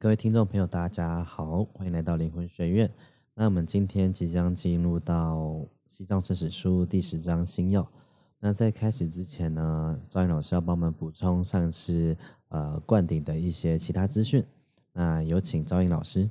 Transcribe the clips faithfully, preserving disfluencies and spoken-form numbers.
各位听众朋友，大家好，欢迎来到灵魂学院。那我们今天即将进入到《西藏生死书》第十章星耀。那在开始之前呢，赵颖老师要帮我们补充上次呃灌顶的一些其他资讯。那有请赵颖老师。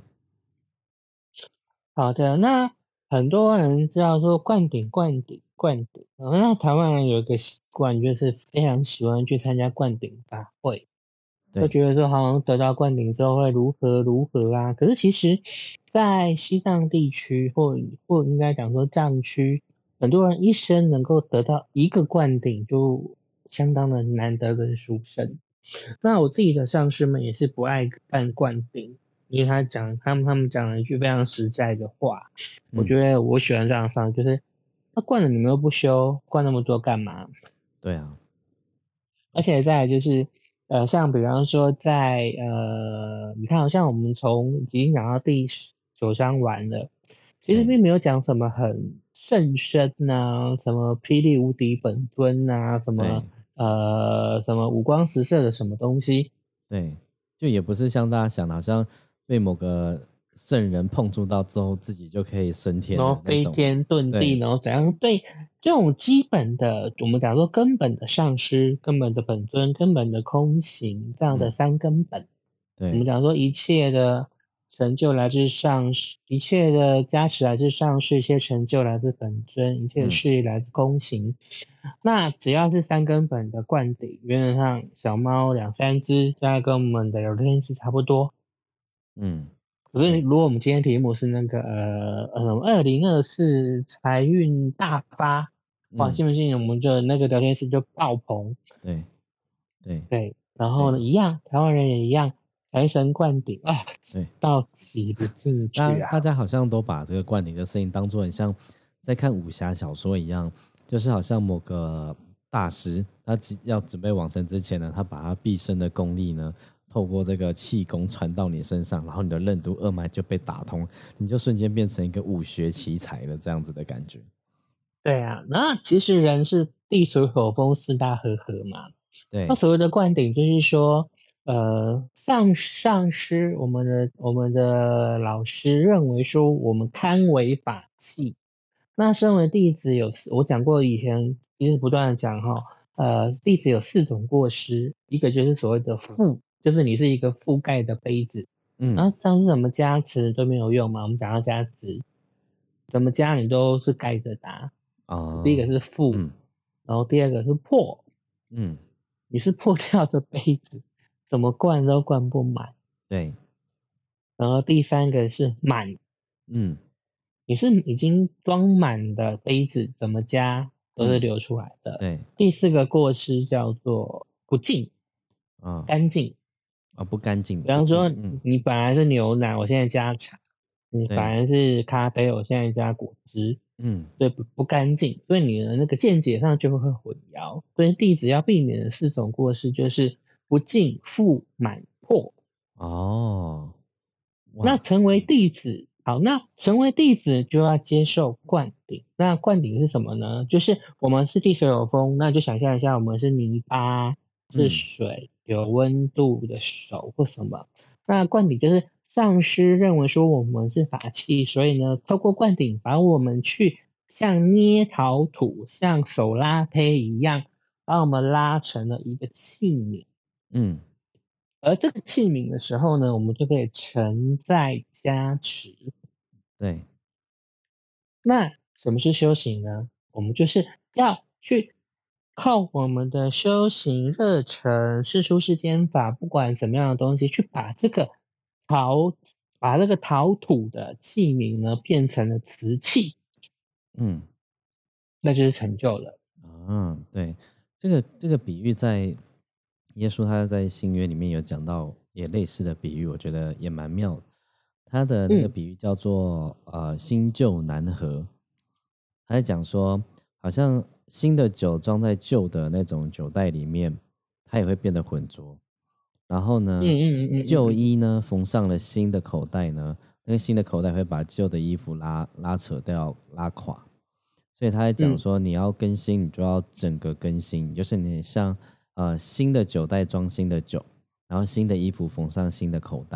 好的，那很多人知道说灌顶、灌顶、灌顶，呃那台湾人有一个习惯，就是非常喜欢去参加灌顶大会，就对， 觉得说好像得到灌顶之后会如何如何啊。可是其实，在西藏地区或或应该讲说藏区，很多人一生能够得到一个灌顶，就相当的难得跟殊胜。那我自己的上司们也是不爱办灌顶，因为他讲他们他们讲了一句非常实在的话，我嗯， 觉得我喜欢这样上，就是那灌了你们又不修，灌那么多干嘛？ 对啊， 而且再来就是，呃，像比方说在呃，你看好像我们从已经讲到第九章完了，其实对并没有讲什么很甚深呐、什么霹雳无敌本尊呐、什么对呃什么五光十色的什么东西。 对，就也不是像大家想的，好像被某个圣人碰触到之后，自己就可以升天然后的那种。 飞天遁地， 对， 然后怎样？对，这种基本的，我们讲说根本的上师、根本的本尊、根本的空行这样的嗯， 三根本，我对， 们讲说一切的成就来自上师，一切的加持来自上师，一切成就来自本尊，一切的嗯事业来自空行。那只要是三根本的灌顶，原则上小猫两三只，大概跟我们的聊天室差不多。 嗯， 可是， 对， 如果我们今天题目是那个呃呃二零二四财运大发，哇， 嗯， 信不信我们就那个聊天室就爆棚？ 对对对，然后对呢，一样，台湾人也一样，财神灌顶啊， 对。 到挤不进去啊。 大大家好像都把这个灌顶的事情当做很像在看武侠小说一样，就是好像某个大师他即要准备往生之前呢，他把他毕生的功力呢，透过这个气功传到你身上，然后你的任督二脉就被打通，你就瞬间变成一个武学奇才了，这样子的感觉。 对啊，那其实人是地水火风四大和合嘛。那对， 所谓的灌顶，就是说，呃，上上师，我们的我们的老师认为说，我们堪为法器。那身为弟子有四，我讲过以前一直不断的讲哈，呃，弟子有四种过失，一个就是所谓的覆，就是你是一个覆盖的杯子，然嗯后上次怎么加持都没有用嘛，我们讲到加持，怎么加你都是盖着的啊。第一个哦， 是覆， 嗯然后第二个是破， 嗯， 你是破掉的杯子，怎么灌都灌不满。 对， 然后第三个是满， 嗯你是已经装满的杯子，怎么加都是嗯流出来的。 对， 第四个过失叫做不净， 啊干净。 啊不干净比不净， 方说， 嗯你本来是牛奶，我现在加茶；你本对， 来是咖啡，我现在加果汁， 嗯所以不不干净，所以你的那个见解上就会混淆。所以弟子要避免的四种过失就是不净、覆、满、破。 哦， 那哇， 成为嗯弟子，好，那成为弟子就要接受灌顶。那灌顶是什么呢？就是我们是地水有风，那就想象一下，我们是泥巴，是嗯水，有温度的手或什么。那灌顶就是上师认为说我们是法器，所以呢，透过灌顶把我们去像捏陶土、像手拉胚一样，把我们拉成了一个器皿。 嗯， 而这个器皿的时候呢，我们就可以承载加持。 对， 那什么是修行呢？我们就是要去靠我们的修行热忱、世出世间法，不管怎么样的东西，去把这个陶，把这个陶土的器皿呢，变成了瓷器， 嗯。 那就是成就了。 啊，对，这个这个比喻在耶稣他在新约里面有讲到也类似的比喻，我觉得也蛮妙的。他的那个嗯比喻叫做呃新旧难合，他在讲说，好像新的酒装在旧的那种酒袋里面，它也会变得浑浊。然后嗯呢， 嗯嗯嗯嗯旧嗯， 衣呢缝上了新的口袋呢，那个新的口袋会把旧的衣服拉拉扯掉、拉垮。所以他在讲嗯说，你要更新，你就要整个更新，就是你像呃新的酒袋装新的酒，然后新的衣服缝上新的口袋，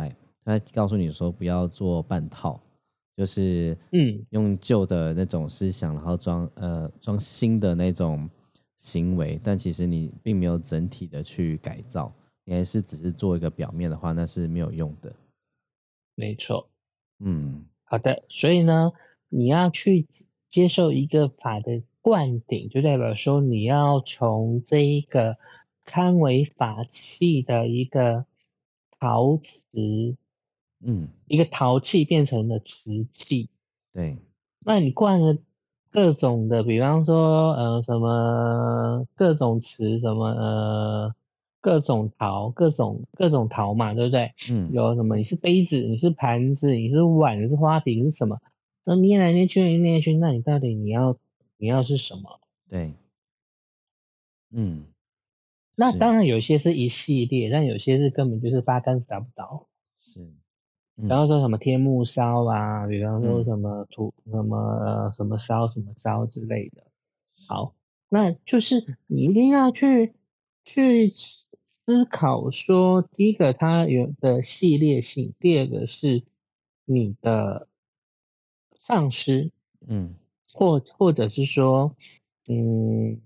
他告诉你说不要做半套，就是嗯， 用旧的那种思想，然后装呃装新的那种行为，但其实你并没有整体的去改造，你还是只是做一个表面的话，那是没有用的。 没错。 嗯好的，所以呢，你要去接受一个法的灌顶，就代表说你要从这一个堪为法器的一个陶瓷， 嗯， 一个陶器变成了瓷器。 对， 那你灌了各种的，比方说呃什么各种瓷，什么呃各种陶，各种各种陶嘛，对不对？ 嗯有什么你是杯子，你是盘子，你是碗，你是花瓶，是什么？那捏来捏去，捏来捏去，那你到底你要你要是什么？ 对，嗯是那当然有些是一系列，但有些是根本就是八竿子打不着。 是， 比方嗯说什么天目烧啊，比方说嗯什么土什么呃什么烧什么烧之类的。 是， 好，那就是你一定要去去思考说，第一个它有的系列性，第二个是你的上司， 嗯或或者是说，嗯，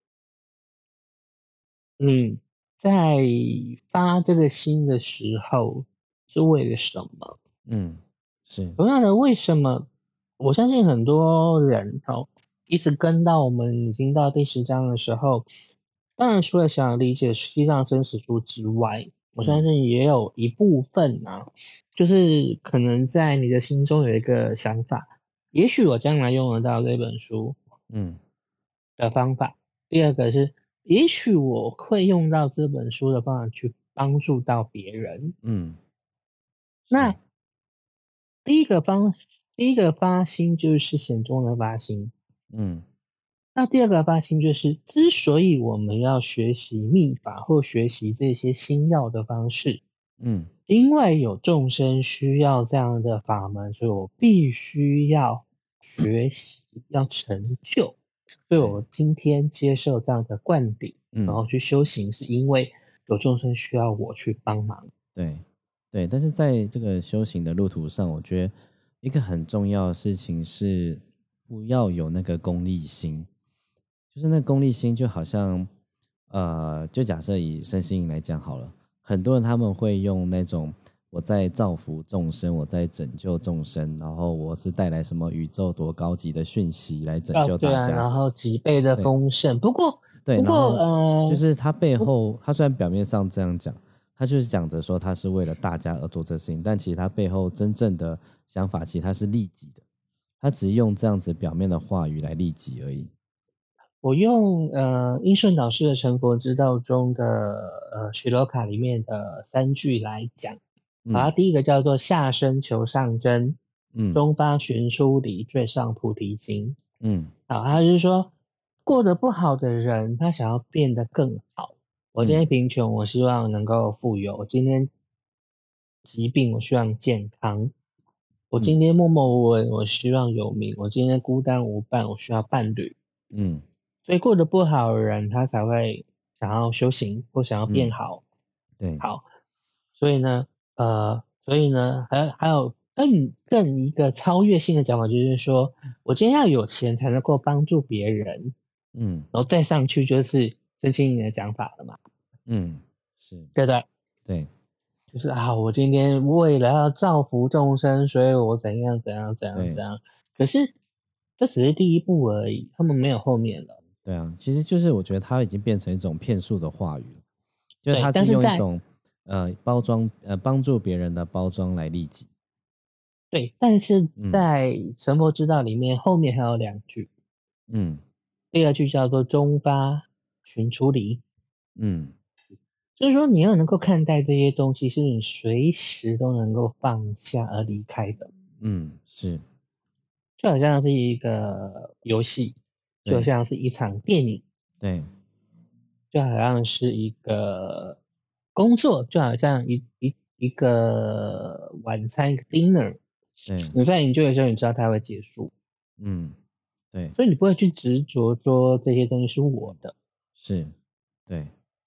你在发这个心的时候是为了什么？ 嗯是， 同样的，为什么我相信很多人哦，一直跟到我们已经到第十章的时候，当然除了想理解西藏生死书之外，我相嗯信也有一部分啊，就是可能在你的心中有一个想法，也许我将来用得到这本书嗯的方法。第二个是，也许我会用到这本书的方法去帮助到别人。 嗯是， 那第一个方，第一个发心就是事显中的发心。 嗯那第二个发心就是，之所以我们要学习秘法或学习这些新药的方式， 嗯因为有众生需要这样的法门，所以我必须要学习，要成就。所以对， 我今天接受这样的灌顶，然嗯。 后去修行，是因为有众生需要我去帮忙。 对，对，但是在这个修行的路途上，我觉得一个很重要的事情是不要有那个功利心，就是那功利心就好像，呃，就假设以身心灵来讲好了，很多人他们会用那种我在造福众生，我在拯救众生，然后我是带来什么宇宙多高级的讯息来拯哦，对啊， 救大家， 然后几倍的对， 丰盛。不过， 对， 不过， 然后就呃， 是他背后，他虽然表面上这样讲，他就是讲着说他是为了大家而做这事情，但其实他背后真正的想法，其实他是利己的，他只是用这样子表面的话语来利己而已。 我用呃英顺导师的成佛之道中的呃许罗卡里面的三句来讲，好，它嗯第一个叫做下生求上真， 嗯中发寻出离，最上菩提心。 嗯好，他就是说过得不好的人，他想要变得更好。我今天嗯贫穷，我希望能够富有；我今天疾病，我希望健康；我嗯今天默默无闻，我希望有名；我今天孤单无伴，我需要伴侣。 嗯所以过得不好的人，他才会想要修行或想要变嗯， 好。 对， 好，所以呢，呃，所以呢，还还有更更一个超越性的讲法，就是说我今天要有钱才能够帮助别人， 嗯然后再上去就是真心灵的讲法了嘛， 嗯是， 对不对？ 对就是啊，我今天为了要造福众生，所以我怎样怎样怎样对怎样。可是这只是第一步而已，他们没有后面了。 对啊，其实就是我觉得他已经变成一种骗术的话语了，就是对， 他是但是在用一种呃包装呃帮助别人的包装来利己。 对，但是嗯在《神佛之道》里面后面还有两句， 嗯第二句叫做“中发寻出离”， 嗯就是说你要能够看待这些东西，是你随时都能够放下而离开的， 嗯是， 就好像是一个游戏，就对像是一场电影， 对。 就好像是一个工作，就好像一一一个晚餐一个 dinner， 对， 你在 enjoy 的时候，你知道它会结束， 嗯，对， 所以你不会去执着说这些东西是我的。 是，对，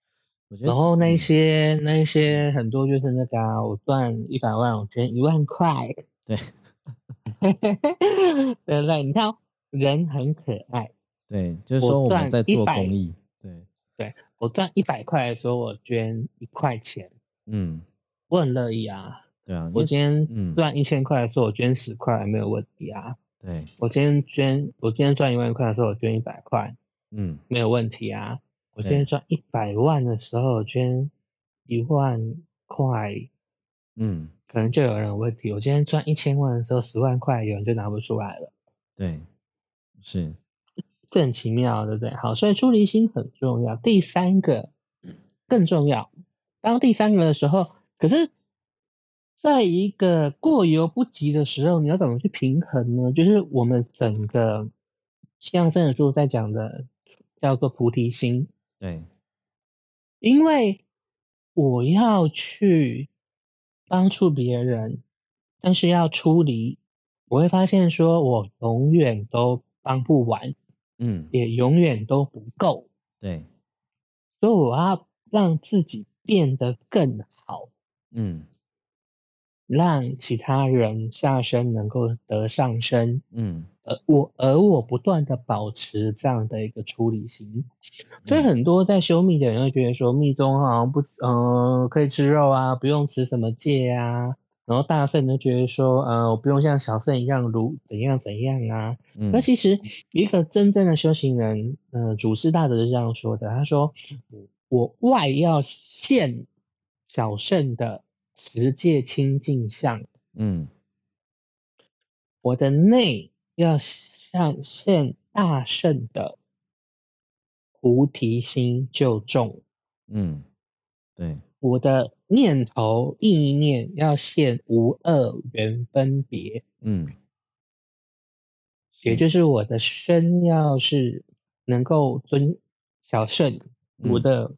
我觉得然后那一嗯些那一些很多就是那个啊，我赚一百万，我捐一万块， 对对不对？你看人很可爱， 对，就是我说我们赚在做公一百， 益，对， 对，我赚一百块的时候，我捐一块钱， 嗯， 我很乐意啊。 对啊，因为我今天嗯赚一千块的时候，我捐十块没有问题啊。 对， 我今天捐，我今天赚一万块的时候，我捐一百块嗯没有问题啊。我今天对， 赚一百万的时候，我捐一万块， 嗯可能就有人有问题。我今天赚一千万的时候，十万块有人就拿不出来了， 对，是， 这很奇妙，对不对？好，所以出离心很重要。第三个更重要。当第三个的时候，可是在一个过犹不及的时候，你要怎么去平衡呢？就是我们整个像圣人书在讲的，叫做菩提心。 对， 因为我要去帮助别人，但是要出离，我会发现说我永远都帮不完， 嗯也永远都不够， 对， 所以我要让自己变得更好， 嗯让其他人下身能够得上升， 嗯而我而我不断的保持这样的一个出离心。所以嗯很多在修密的人会觉得说，密宗好像不，嗯、可以吃肉啊，不用持什么戒啊。然后大圣就觉得说，呃，我不用像小圣一样如怎样怎样啊。那嗯其实一个真正的修行人，呃，祖师大德是这样说的，他说，我外要现小圣的十戒清净相， 嗯我的内要像现大圣的菩提心就重。 嗯，对， 我的念头意念要现无二缘分别， 嗯也是， 就是我的身要是能够尊小圣，我嗯的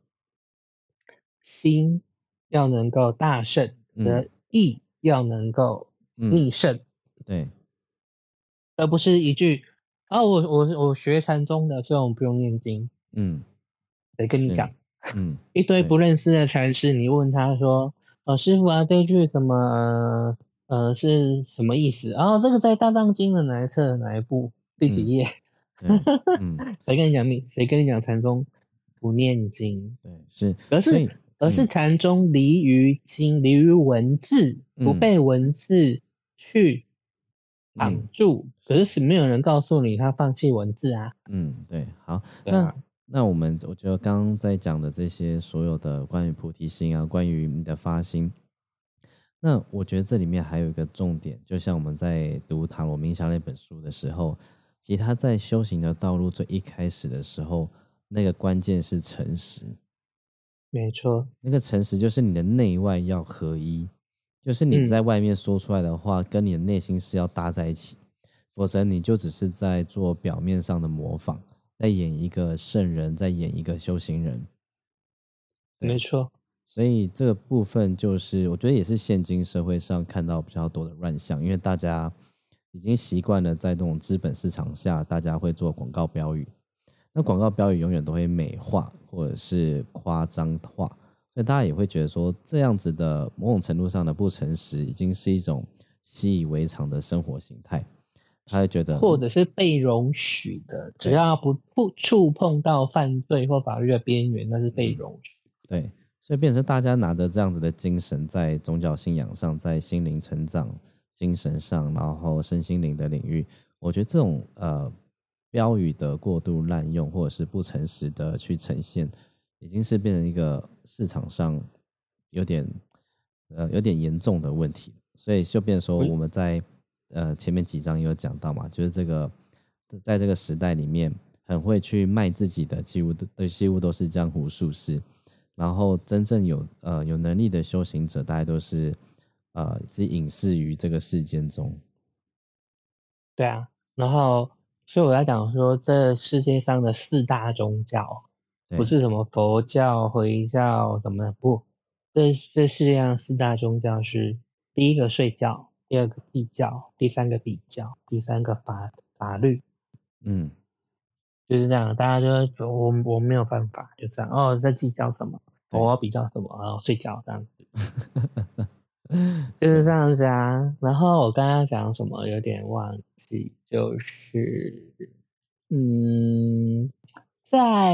心要能够大圣，我嗯的意要能够嗯逆圣， 对， 而不是一句啊，我我我学禅宗的，所以我们不用念经。 嗯谁跟你是， 讲？ 嗯一堆对， 不认识的禅师，你问他说：“呃，师傅啊，这句什么呃是什么意思？”哦，这个在《大藏经》的哪一册哪一部第几嗯页？ 对，嗯谁跟你讲你？谁跟你讲禅宗不念经？ 对是， 而是所以而是嗯禅宗离于经，离于文字，不嗯被文字去嗯绑住。可是。 是是没有人告诉你他放弃文字啊， 嗯，对，好，那对啊， 那我们我觉得刚刚在讲的这些所有的关于菩提心啊，关于你的发心，那我觉得这里面还有一个重点，就像我们在读塔罗冥想那本书的时候，其实他在修行的道路最一开始的时候，那个关键是诚实， 没错， 那个诚实就是你的内外要合一，就是你嗯， 在外面说出来的话，跟你的内心是要搭在一起，否则你就只是在做表面上的模仿，在演一个圣人，在演一个修行人。对， 没错， 所以这个部分就是我觉得也是现今社会上看到比较多的乱象，因为大家已经习惯了在这种资本市场下，大家会做广告标语，那广告标语永远都会美化或者是夸张化，所以大家也会觉得说这样子的某种程度上的不诚实，已经是一种习以为常的生活形态。他会觉得，嗯， 或者是被容许的，只对， 要不不触碰到犯罪或法律的边缘，那是被嗯， 容许。 对，所以变成大家拿着这样子的精神，在宗教信仰上，在心灵成长、精神上，然后身心灵的领域，我觉得这种呃标语的过度滥用，或者是不诚实的去呈现，已经是变成一个市场上有点呃有点严重的问题。所以就变成说我我们在呃前面几章也有讲到嘛，就是这个在这个时代里面，很会去卖自己的，几乎都几乎都是江湖术士。然后真正有呃有能力的修行者，大概都是呃自己隐世于这个世间中。 对啊，然后所以我要讲说，这世界上的四大宗教，不对， 是什么佛教、回教什么的，不，这这世界上四大宗教是第一个睡觉，第二个地教，第三个比较，第三个法法律， 嗯就是这样。大家就会说我我没有办法，就这样哦，在计较什么？ 对我要比较什么，然后睡觉这样子，就是这样子啊。然后我刚刚讲什么有点忘记，就是嗯，在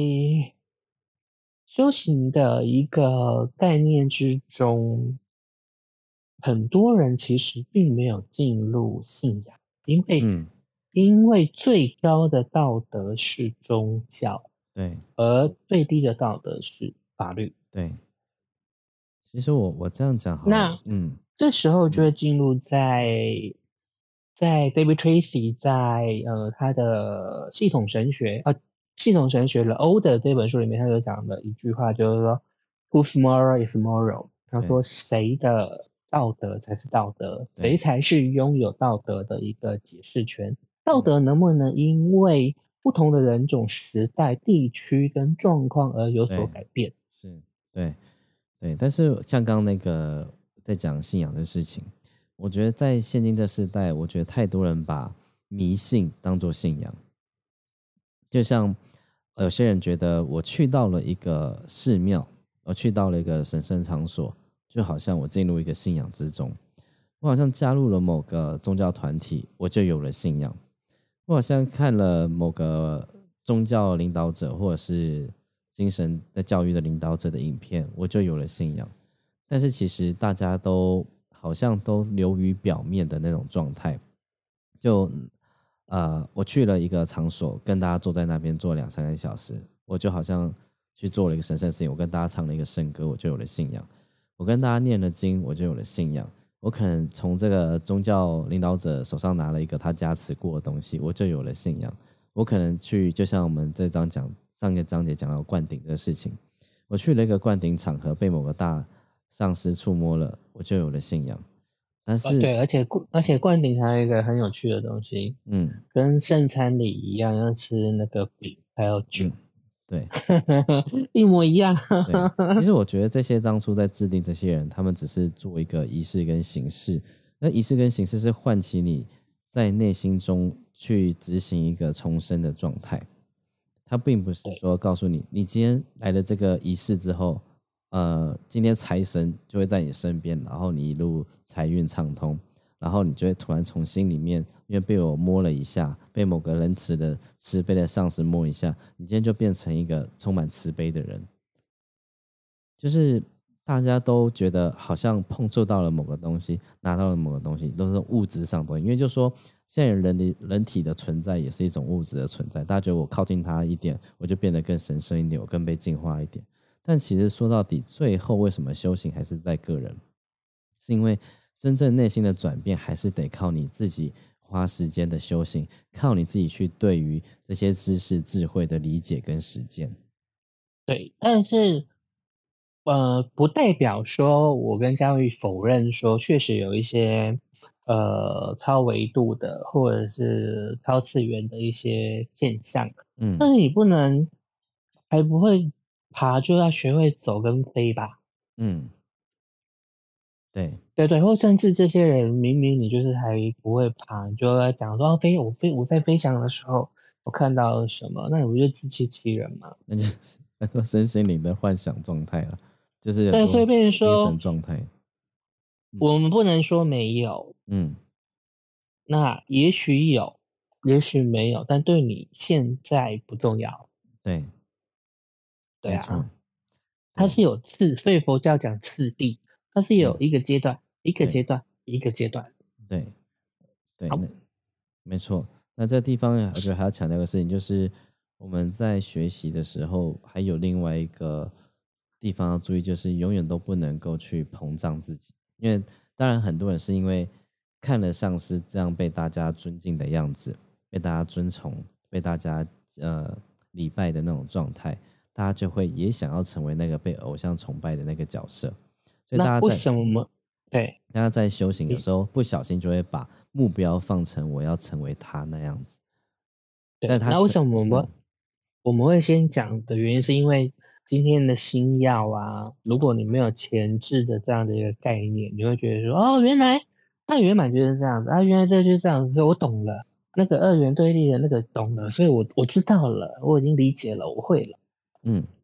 修行的一个概念之中，很多人其实并没有进入信仰，因为嗯， 因为最高的道德是宗教， 对而最低的道德是法律。 对。其实我我这样讲好了， 那嗯这时候就嗯， 会进入在在 David Tracy 在呃他的系统神学呃系统神学的 Order 这本书里面，他就讲的一句话，就是说 Whose moral is moral？他对说谁的道德才是道德，谁对， 才是拥有道德的一个解释权？道嗯德能不能因为不同的人种、时代、地区跟状况而有所对改变？ 是，对对。但是像刚刚那个在讲信仰的事情，我觉得在现今这世代，我觉得太多人把迷信当作信仰。就像有些人觉得我去到了一个寺庙，我去到了一个神圣场所，就好像我进入一个信仰之中，我好像加入了某个宗教团体，我就有了信仰。我好像看了某个宗教领导者或者是精神的教育的领导者的影片，我就有了信仰。但是其实大家都好像都流于表面的那种状态，就呃，我去了一个场所，跟大家坐在那边坐两三个小时，我就好像去做了一个神圣事情。我跟大家唱了一个圣歌，我就有了信仰；我跟大家念了经，我就有了信仰。我可能从这个宗教领导者手上拿了一个他加持过的东西，我就有了信仰。我可能去，就像我们这章讲上一个章节讲到灌顶的事情，我去了一个灌顶场合，被某个大上司触摸了，我就有了信仰。但呃， 是， 对，而且灌而且灌顶还有一个很有趣的东西， 嗯跟圣餐礼一样，要吃那个饼还有酒， 嗯，对。 一模一样。 对，其实我觉得这些当初在制定这些人，他们只是做一个仪式跟形式。那仪式跟形式是唤起你在内心中去执行一个重生的状态。它并不是对， 说告诉你，你今天来了这个仪式之后，呃，今天财神就会在你身边，然后你一路财运畅通，然后你就会突然从心里面，因为被我摸了一下，被某个仁慈的慈悲的上司摸一下，你今天就变成一个充满慈悲的人。就是大家都觉得好像碰触到了某个东西，拿到了某个东西，都是物质上的东西。因为就说现在人的人体的存在也是一种物质的存在，大家觉得我靠近它一点，我就变得更神圣一点，我更被净化一点。但其实说到底，最后为什么修行还是在个人？是因为真正内心的转变，还是得靠你自己花时间的修行，靠你自己去对于这些知识智慧的理解跟实践。 对，但是呃，不代表说我跟嘉玉否认说，确实有一些呃超维度的或者是超次元的一些现象，但嗯是你不能还不会爬就要学会走跟飞吧？ 嗯，对对对，或甚至这些人明明你就是还不会爬，你就在讲说啊飞我飞我在飞翔的时候我看到了什么，那你不就自欺欺人吗？ 那就是很多身心灵的幻想状态了，就是很对，所以多变成精神说状态。嗯我们不能说没有， 嗯， 那也许有，也许没有，但对你现在不重要。 对，没错， 对啊，它对， 是有次，所以佛教讲次第，它是有嗯， 一个阶段，一个对阶段，一个阶段。 对对， 好， 那没错。那这地方我觉得还要强调一个事情，就是我们在学习的时候，还有另外一个地方要注意，就是永远都不能够去膨胀自己。因为当然很多人是因为看了上司这样被大家尊敬的样子，被大家尊崇，被大家呃礼拜的那种状态，大家就会也想要成为那个被偶像崇拜的那个角色。所以大那为家在什么我们对大家在修行的你时候，不小心就会把目标放成我要成为他那样子。但对？那为他是什么我们嗯我们会先讲的原因，是因为今天的新药啊，如果你没有前置的这样的一个概念，你会觉得说，哦，原来那原版就是这样子啊，原来这就是这样子，所以我懂了。那个二元对立的那个懂了，所以我我知道了，我已经理解了，我会了。 嗯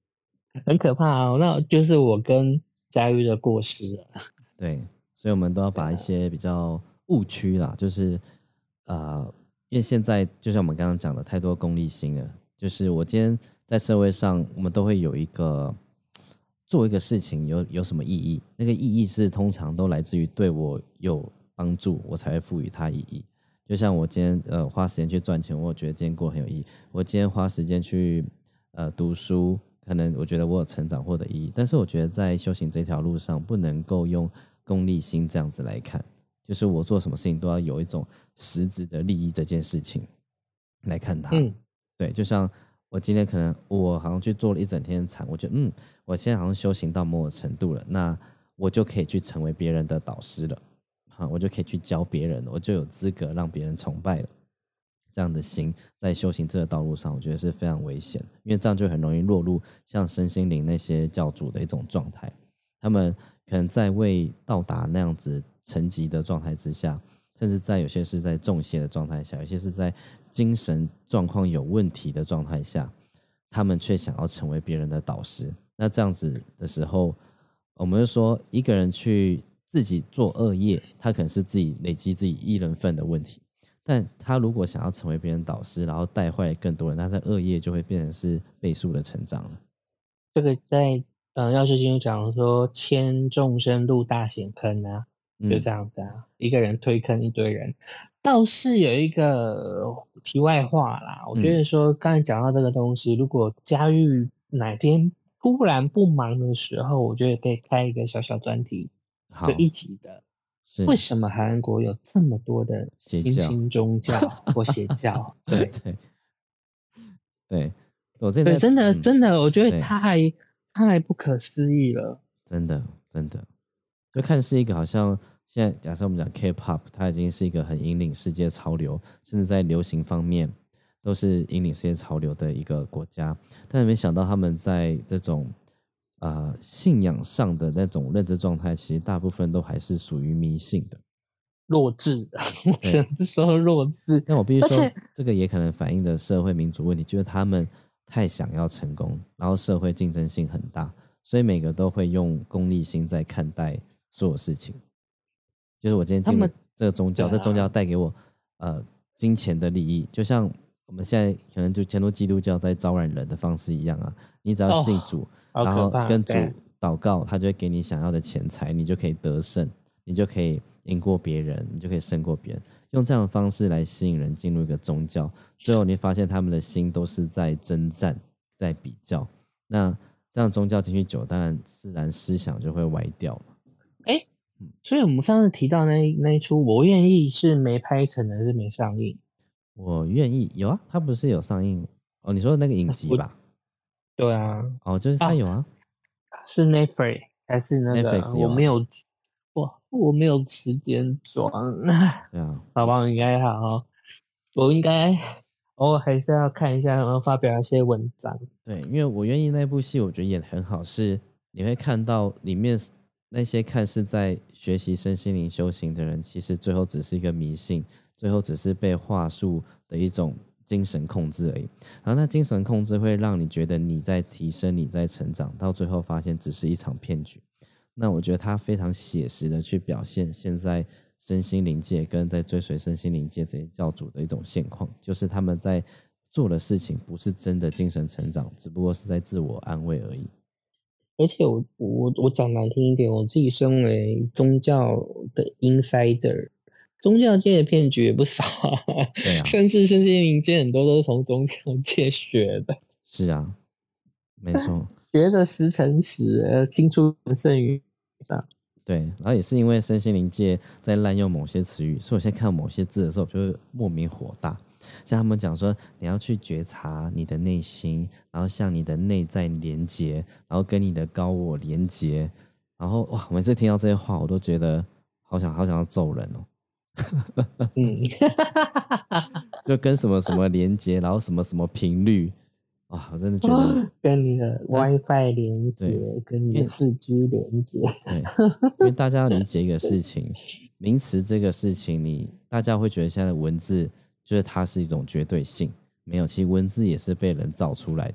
很可怕哦。那就是我跟佳玉的过失了。 对，所以我们都要把一些比较误区啦，就是呃，因为现在就像我们刚刚讲的，太多功利心了。就是我今天在社会上，我们都会有一个做一个事情有有什么意义，那个意义是通常都来自于对我有帮助，我才会赋予它意义。就像我今天呃花时间去赚钱，我觉得今天过得很有意义。我今天花时间去呃读书，可能我觉得我有成长获得意义。但是我觉得在修行这条路上，不能够用功利心这样子来看，就是我做什么事情都要有一种实质的利益这件事情来看它。 嗯， 对，就像我今天可能我好像去做了一整天的禅，我觉得嗯，我现在好像修行到某种程度了，那我就可以去成为别人的导师了。好，我就可以去教别人，我就有资格让别人崇拜了。这样的心在修行这个道路上，我觉得是非常危险，因为这样就很容易落入像身心灵那些教主的一种状态。他们可能在未到达那样子层级的状态之下，甚至在有些是在中邪的状态下，有些是在精神状况有问题的状态下，他们却想要成为别人的导师。那这样子的时候，我们就说一个人去自己做恶业，他可能是自己累积自己一人份的问题，但他如果想要成为别人导师，然后带坏更多人，那他的恶业就会变成是倍数的成长了。 这个在嗯药师经讲说，牵众生入大险坑啊，就嗯， 这样子啊，一个人推坑一堆人。倒是有一个题外话啦，我觉嗯， 得说刚才讲到这个东西，如果佳玉哪天突然不忙的时候，我觉得可以开一个小小专题，就好， 一集的。为是什么韩国有这么多的邪教。 新兴宗教或邪教？对。 对对，我现对， 在真的嗯， 真的，我觉得对， 太太不可思议了。 真的真的，就看是一个好像现在假设我们讲 K-pop， 它已经是一个很引领世界潮流，甚至在流行方面都是引领世界潮流的一个国家，但是没想到他们在这种呃信仰上的那种认知状态，其实大部分都还是属于迷信的。 弱智，我只对， 能说弱智。 但我必须说， 而且这个也可能反映的社会民主问题，就是他们太想要成功，然后社会竞争性很大，所以每个都会用功利心在看待所有事情。就是我今天进入他们这个宗教，这宗教对啊， 带给我呃金钱的利益，就像我们现在可能就监督基督教在招揽人的方式一样啊，你只要哦， 信主，然好可怕。 后跟主对， 祷告，他就会给你想要的钱财，你就可以得胜，你就可以赢过别人，你就可以胜过别人。用这样的方式来吸引人进入一个宗教，最后你发现他们的心都是在征战，在比较。那这样宗教进去久，当然自然思想就会歪掉嘛。 哎，所以我们上次提到那那一出《我愿意》是没拍成的，是没上映。 我愿意，有啊，他不是有上映哦？你说的那个影集我吧？ 对啊， 哦，就是他啊， 有啊是 Netflix 还是那个？ ，Netflix 有啊， 我没有，我我没有时间装。 对啊， 好吧，我应该好，我应该偶尔还是要看一下，然后发表一些文章。 对，因为我愿意那部戏，我觉得演得很好，是你会看到里面那些看似在学习身心灵修行的人，其实最后只是一个迷信，最后只是被话术的一种精神控制而已。然后那精神控制会让你觉得你在提升，你在成长，到最后发现只是一场骗局。那我觉得他非常写实的去表现现在身心灵界跟在追随身心灵界这些教主的一种现况，就是他们在做的事情不是真的精神成长，只不过是在自我安慰而已。 而且我我我讲难听一点，我自己身为宗教的 insider，宗教界的骗局也不少啊， 对啊， 甚至身心灵界很多都是从宗教界学的， 是啊，没错， 学的十成十，呃，青出于胜于上。 对，然后也是因为身心灵界在滥用某些词语，所以我现在看到某些字的时候，就会莫名火大。像他们讲说，你要去觉察你的内心，然后向你的内在连接，然后跟你的高我连接，然后哇，每次听到这些话，我都觉得好想好想要揍人哦。 嗯， 就跟什么什么连接，然后什么什么频率，哇，我真的觉得， 跟你的那 WiFi 连对， 接，跟你因为的四 G 连接。 对，因为大家要理解一个事情，名词这个事情你，大家会觉得现在的文字就是它是一种绝对性，没有，其实文字也是被人造出来的。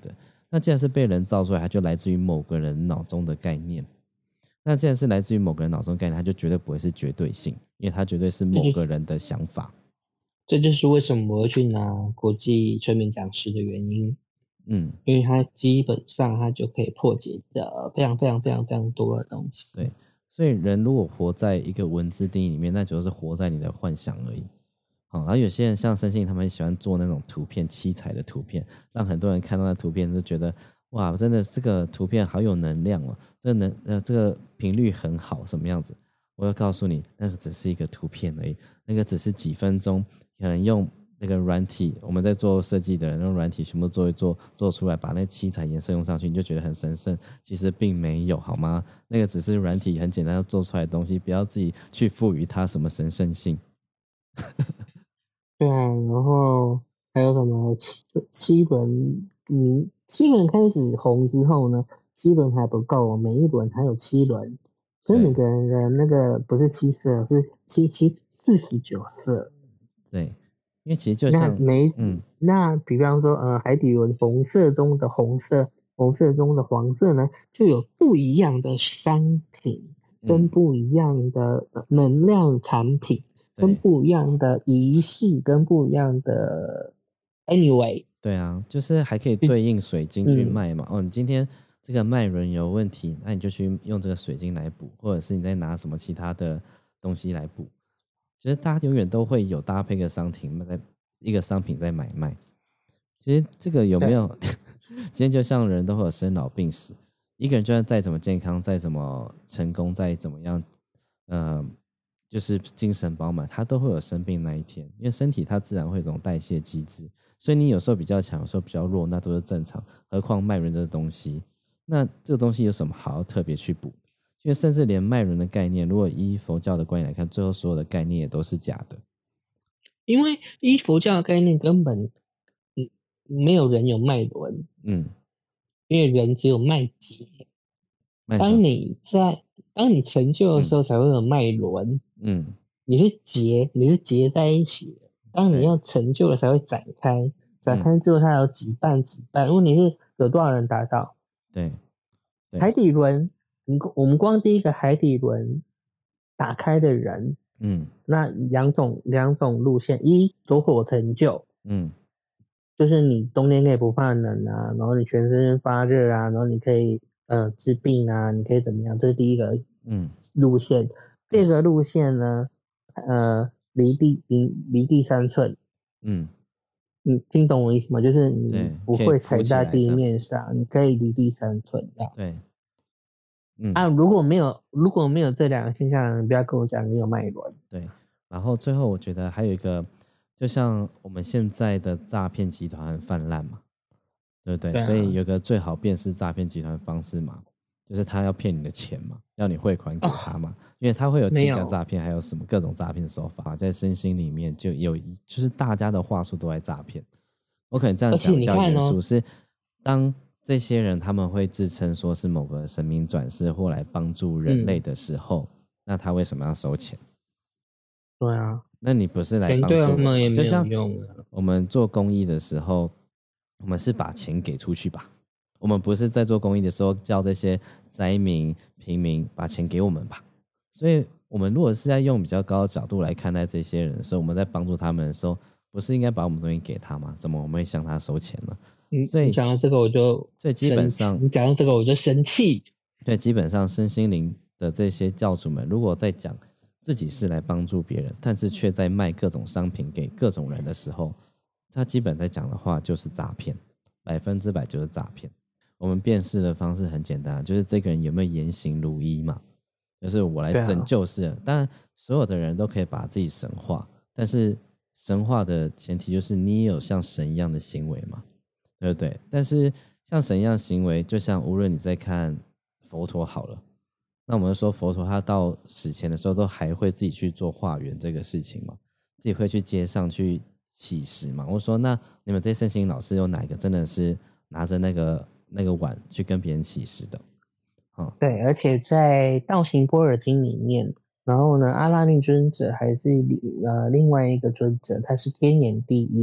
那既然是被人造出来，它就来自于某个人脑中的概念。那既然是来自于某个人脑中的概念，它就绝对不会是绝对性，因为它绝对是某个人的想法。 这就是为什么我会去拿国际催眠讲师的原因。 嗯， 因为它基本上它就可以破解的非常非常非常非常多的东西。 对，所以人如果活在一个文字定义里面，那就是活在你的幻想而已。好，然后有些人像身心灵，他们喜欢做那种图片，七彩的图片，让很多人看到那图片就觉得哇，真的这个图片好有能量哦，这个能呃这个频率很好，什么样子？我要告诉你，那个只是一个图片而已，那个只是几分钟，可能用那个软体，我们在做设计的人用软体全部做一做，做出来，把那七彩颜色用上去，你就觉得很神圣，其实并没有，好吗？那个只是软体很简单要做出来的东西，不要自己去赋予它什么神圣性。 对啊，然后还有什么七七轮，嗯，七轮开始红之后呢，七轮还不够，每一轮还有七轮，所以每个人的那个不是七色，是七七四十九色。 对，因为其实就那像每嗯， 那比方说，呃，海底轮红色中的红色，红色中的黄色呢，就有不一样的商品，跟嗯， 不一样的呃能量产品，跟对不一样的仪式，跟不一样的 anyway， 对啊，就是还可以就对应水晶去嗯， 卖嘛。哦，你今天这个脉轮有问题，那你就去用这个水晶来补，或者是你再拿什么其他的东西来补。其实大家永远都会有搭配一个商品在一个商品在买卖。其实这个有没有？今天就像人都会有生老病死，一个人就算再怎么健康，再怎么成功，再怎么样，呃，就是精神饱满，他都会有生病那一天，因为身体它自然会有一种代谢机制，所以你有时候比较强，有时候比较弱，那都是正常。何况脉轮这个东西，那这个东西有什么好特别去补？因为甚至连脉轮的概念，如果依佛教的观念来看，最后所有的概念也都是假的。 因为依佛教的概念根本嗯没有人有脉轮， 嗯， 因为人只有脉结。 脉什么？ 当你在当你成就的时嗯候，才会有脉轮。 嗯， 你是结，你是结在一起的。当你对， 要成就了，才会展开，展嗯开之后，它有几瓣几瓣。问题是有多少人达到对对， 海底轮？你我们光第一个海底轮打开的人， 嗯那两种两种路线：一走火成就， 嗯就是你冬天可以不怕冷啊，然后你全身发热啊，然后你可以呃治病啊，你可以怎么样？这是第一个嗯， 路线。第对， 二个路线呢，呃，离地离离地三寸， 嗯你听懂我意思吗？就是你对， 不会可以浮踩在地起来这样。 面上，你可以离地三寸这样。 对，嗯啊，如果没有如果没有这两个现象，你不要跟我讲你有脉轮。 对。然后最后我觉得还有一个，就像我们现在的诈骗集团很泛滥嘛，对不对？ 对啊， 所以有个最好辨识诈骗集团方式嘛，就是他要骗你的钱嘛，要你汇款给他哦， 嘛，因为他会有情感没有， 诈骗，还有什么各种诈骗手法，在身心里面就有一，就是大家的话术都在诈骗。我可能这样而且讲比你看哦， 较严肃，是当这些人他们会自称说是某个神明转世或来帮助人类嗯， 的时候，那他为什么要收钱？ 对啊， 那你不是来钱对他帮助我吗？ 们也没有就像用啊。 我们做公益的时候，我们是把钱给出去吧，我们不是在做公益的时候叫这些灾民、平民把钱给我们吧。所以，我们如果是在用比较高的角度来看待这些人的时候，我们在帮助他们的时候，不是应该把我们东西给他吗？怎么我们会向他收钱呢？ 你你所以， 讲到这个我就所以基本生气， 上， 你讲到这个我就生气。 对，基本上身心灵的这些教主们，如果在讲自己是来帮助别人，但是却在卖各种商品给各种人的时候，他基本在讲的话就是诈骗，百分之百就是诈骗。我们辨识的方式很简单，就是这个人有没有言行如一嘛，就是我来对啊， 拯救世人。当然，所有的人都可以把自己神化，但是神化的前提就是你也有像神一样的行为嘛，对不对？但是像神一样的行为，就像无论你在看佛陀好了，那我们说佛陀他到死前的时候都还会自己去做化缘这个事情嘛，自己会去街上去乞食嘛。我说那你们这些圣心老师有哪一个真的是拿着那个那个碗去跟别人乞食的？哦， 对，而且在《道行波尔经》里面，然后呢，阿拉密尊者还是呃另外一个尊者，他是天眼第一，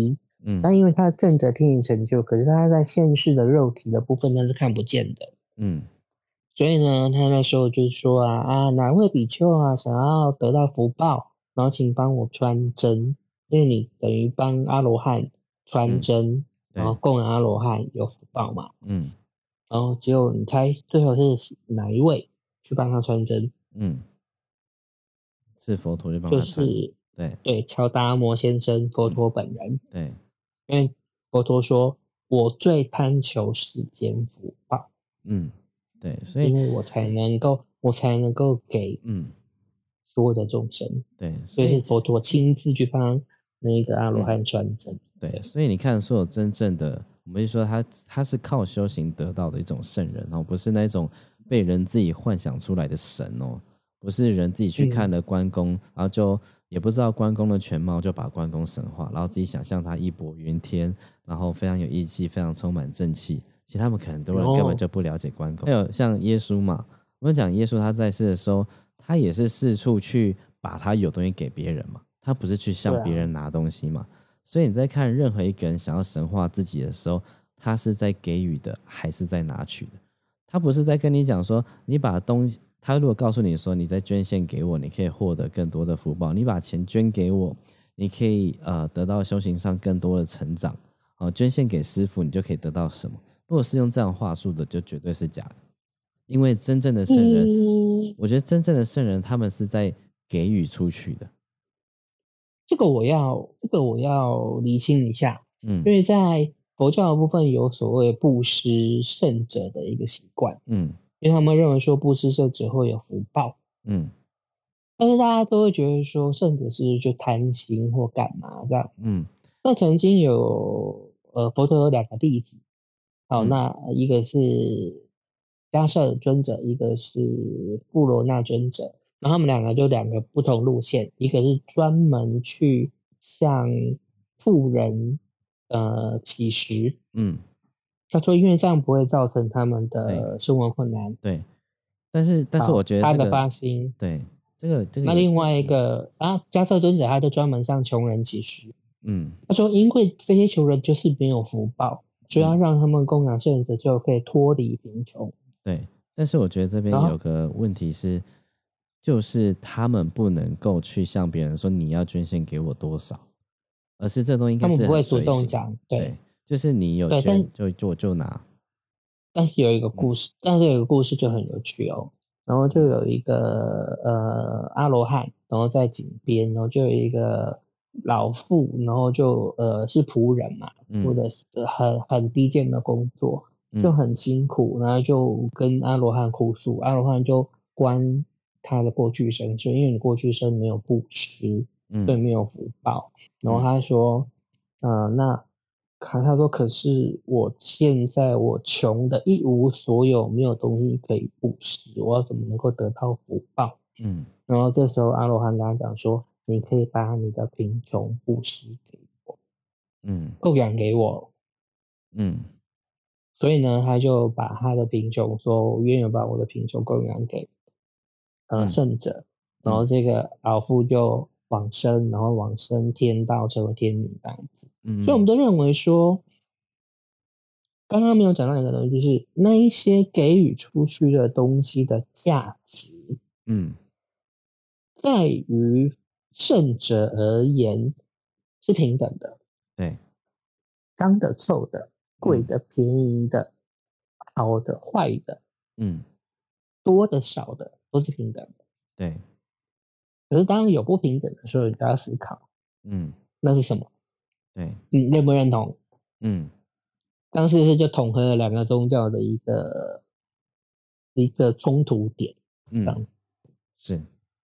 嗯那因为他正着天人成就，可是他在现世的肉体的部分那是看不见的。 嗯所以呢，他那时候就是说啊啊，哪位比丘啊，想要得到福报，然后请帮我穿针，因为你等于帮阿罗汉穿嗯， 针，然后对， 供阿罗汉有福报嘛。 嗯然后结果你猜最后是哪一位去帮他穿针？ 嗯，是佛陀就帮就他穿， 是对对乔达摩先生佛嗯陀本人， 对因为佛陀说：“我最贪求世间福报， 嗯对，所以因为我才能够，我才能够给嗯所有的众生。” 对，所以所以是佛陀亲自去帮那个阿罗嗯汉穿针。 对， 对， 所以你看，所有真正的，我们就说他他是靠修行得到的一种圣人哦，不是那种被人自己幻想出来的神哦，不是人自己去看嗯， 了关公，然后就也不知道关公的全貌，就把关公神化，然后自己想象他义薄云天，然后非常有义气，非常充满正气。其实他们可能很多人根本然后就不了解关公。还有像耶稣嘛，我们讲耶稣他在世的时候，他也是四处去把他有东西给别人嘛，他不是去向对啊， 别人拿东西嘛。所以你在看任何一个人想要神化自己的时候，他是在给予的，还是在拿取的？他不是在跟你讲说，你把东西，他如果告诉你说，你在捐献给我，你可以获得更多的福报；你把钱捐给我，你可以呃得到修行上更多的成长。哦、呃，捐献给师父，你就可以得到什么？如果是用这样话术的，就绝对是假的。因为真正的圣人， 嗯， 我觉得真正的圣人，他们是在给予出去的。 这个我要，这个我要厘清一下， 嗯因为在佛教的部分有所谓布施圣者的一个习惯， 嗯因为他们认为说布施圣者会有福报， 嗯但是大家都会觉得说圣者是就贪心或干嘛这样。 嗯那曾经有呃佛陀有两个弟子，好， 嗯那一个是迦摄尊者，一个是布罗那尊者，然后他们两个就两个不同路线，一个是专门去向富人呃乞食， 嗯， 他说因为这样不会造成他们对的生活困难。 对。但是但是我好， 觉得这个他的发心。 对这个这个有那另外一个啊，迦摄尊者他就专门向穷人乞食。 嗯他说，因为这些穷人就是没有福报，所以要嗯让他们供养圣者，就可以脱离贫穷。 对，但是我觉得这边然后有个问题是，就是他们不能够去向别人说你要捐献给我多少，而是这东西应他们该是很不会主随性， 动讲， 对， 对就是你有对， 捐但就就我就拿， 但是有一个故嗯事，但是有一个故事就很有趣哦。然后就嗯有一个呃阿罗汉，然后在井边，然后就有一个老妇，然后就呃是仆人嘛，或嗯者是很很低贱的工作，就嗯很辛苦，然后就跟阿罗汉哭诉，阿罗汉就关他的过去生，说因为你过去生没有布施，所以嗯没有福报。然后嗯他说，呃，那他他说，可是我现在我穷的一无所有，没有东西可以布施，我要怎么能够得到福报？ 嗯然后这时候阿罗汉跟他讲说，你可以把你的贫穷布施给我， 嗯供养给我。 嗯所以呢，他就把他的贫穷说，我愿意把我的贫穷供养给呃嗯圣者。然后嗯这个老妇就往生，然后往生天道，成为天女这样子。所以我们嗯都认为说，刚刚没有讲到一个东西，就是那一些给予出去的东西的价值， 嗯在于圣者而言是平等的， 对， 脏的、臭的、贵嗯的、便宜的、好的、坏的、 嗯多的、少的，都是平等的。 对， 可是当有不平等的时候，你就要思考， 嗯那是什么？ 对， 你认不认同？ 嗯当时是就统合了两个宗教的一个一个冲突点，这嗯样。 是。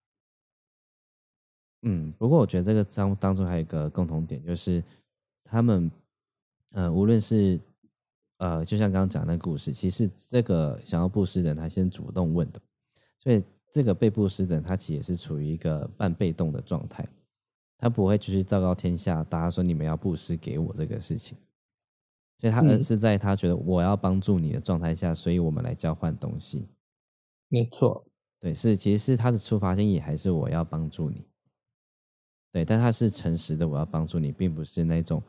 嗯，不过我觉得这个当当中还有一个共同点，就是他们，呃，无论是呃，就像刚刚讲的那个故事，其实这个想要布施的人，他先主动问的，所以这个被布施的人，他其实也是处于一个半被动的状态，他不会继续昭告天下，大家说你们要布施给我这个事情，所以他而嗯， 是在他觉得我要帮助你的状态下，所以我们来交换东西， 没错。 对，是其实是他的出发心也还是我要帮助你。对，但他是诚实的，我要帮助你，并不是那种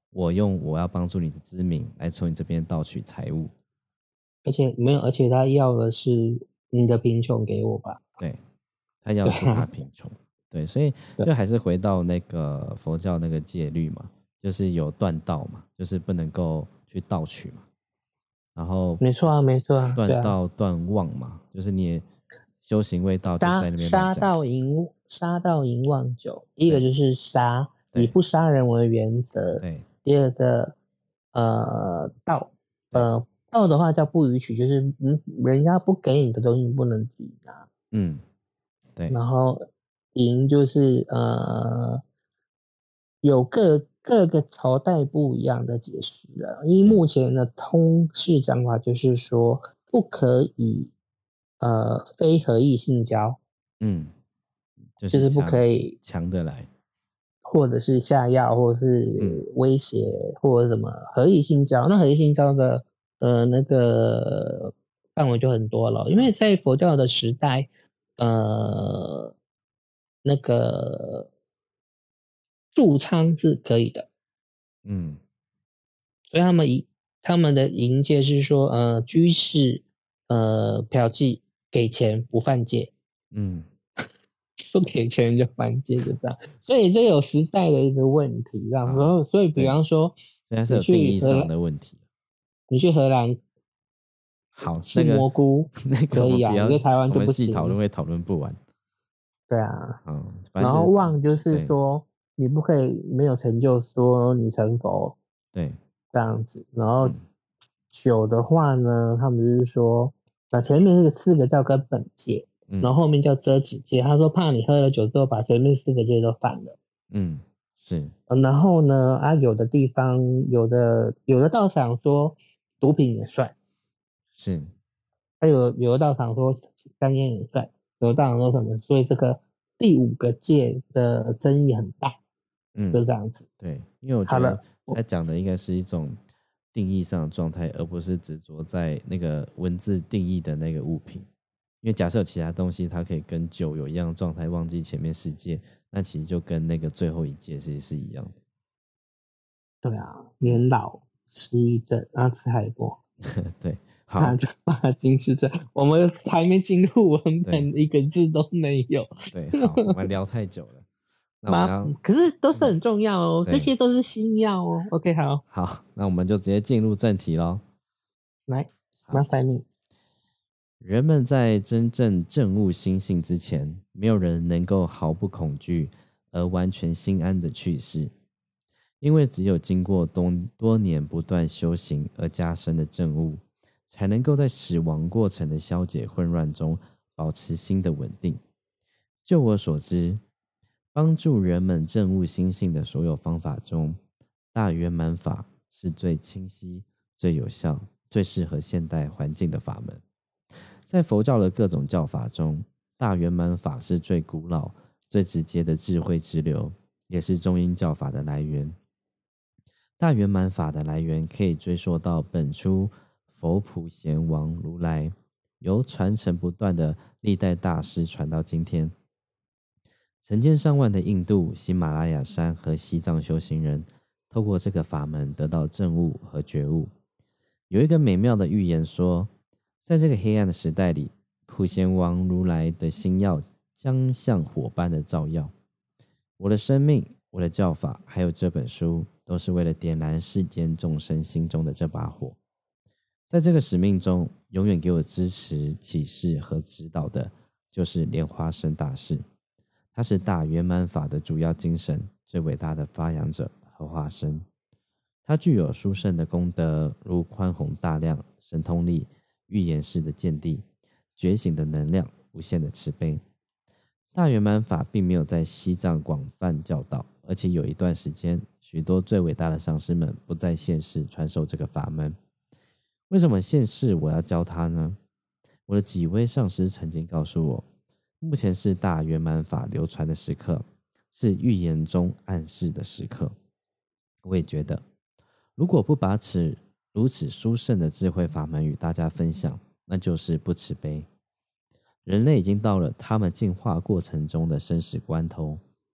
我用我要帮助你的之名来从你这边盗取财物。 而且没有，而且他要的是你的贫穷给我吧？ 对，他要的是他贫穷。对，所以就还是回到那个佛教那个戒律嘛，就是有断道嘛，就是不能够去盗取嘛。然后没错啊，没错啊，对啊。 断道断妄嘛，就是你也修行未到就在那边乱杀讲。 到淫杀到淫妄酒，一个对就是杀，以对不杀人为原则。 对第二个，呃，道， 对， 呃，道的话叫不允许，就是嗯，人家不给你的东西不能自己拿。 嗯，对然后淫就是呃，有各各个朝代不一样的解释了。因为是， 目前的通式讲法就是说，不可以呃非合意性交。 嗯，就就是不是强可以， 强的来。 或者是下药，或者嗯是威胁，或者什么合意性交。那合意性交的呃那个范围就很多了，因为在佛教的时代，呃，那个驻娼是可以的， 嗯所以他们一他们的营戒是说，呃，居士呃嫖妓给钱不犯戒。 嗯， 不给钱就犯戒，就这样。所以这有时代的一个问题，这样好， 说。所以比对， 方说，你现在是有定义上去荷兰， 的问题。 你去荷兰好， 吃那个蘑菇那个我可以啊，你们不要， 在台湾就我们不行。 细讨论会讨论不完。 对啊， 嗯，反然后正就是忘就是对说，你不可以没有成就说你成佛对， 这样子。然后嗯酒的话呢，他们就是说，那前面这个四个叫根本戒，然嗯后后面叫遮止戒。他说怕你喝了酒之后把前面四个戒都犯了。 嗯，是呃然后呢，啊，有的地方有的有的道场说毒品也算， 是， 还有有的道场说香烟也算，有的道场说什么，所以这个第五个戒的争议很大， 嗯就这样子。 对，因为我觉得好了， 他讲的应该是一种定义上的状态，而不是执着在那个文字定义的那个物品。因为假设有其他东西，它可以跟酒有一样的状态，忘记前面世界，那其实就跟那个最后一届其实是一样的。 对啊，年老失忆症，阿兹海默， 对，好， 那就把金失症，我们还没进入文对本，一个字都没有。 对，好，我们聊太久了，那我们妈， 要， 可是都是嗯， 很重要哦，这对， 些都是新药哦。OK，好， 好，那我们就直接进入正题咯。 来，麻好， 烦你。 人们在真正证悟心性之前，没有人能够毫不恐惧而完全心安的去世，因为只有经过多多年不断修行而加深的证悟，才能够在死亡过程的消解混乱中保持心的稳定。就我所知，帮助人们证悟心性的所有方法中，大圆满法是最清晰、最有效、最适合现代环境的法门。在佛教的各种教法中，大圆满法是最古老、最直接的智慧之流，也是中阴教法的来源。大圆满法的来源可以追溯到本初佛普贤王如来，由传承不断的历代大师传到今天。成千上万的印度、喜马拉雅山和西藏修行人，透过这个法门得到证悟和觉悟。有一个美妙的预言说，在这个黑暗的时代里，普贤王如来的星耀将像火般的照耀。我的生命、我的教法，还有这本书，都是为了点燃世间众生心中的这把火。在这个使命中，永远给我支持、启示和指导的，就是莲花生大士。他是大圆满法的主要精神、最伟大的发扬者和化身。他具有殊胜的功德，如宽宏大量、神通力、预言式的见地、觉醒的能量、无限的慈悲。大圆满法并没有在西藏广泛教导，而且有一段时间，许多最伟大的上师们不在现世传授这个法门。为什么现世我要教他呢？我的几位上师曾经告诉我，目前是大圆满法流传的时刻，是预言中暗示的时刻。我也觉得，如果不把此如此殊胜的智慧法门与大家分享，那就是不慈悲。人类已经到了他们进化过程中的生死关头，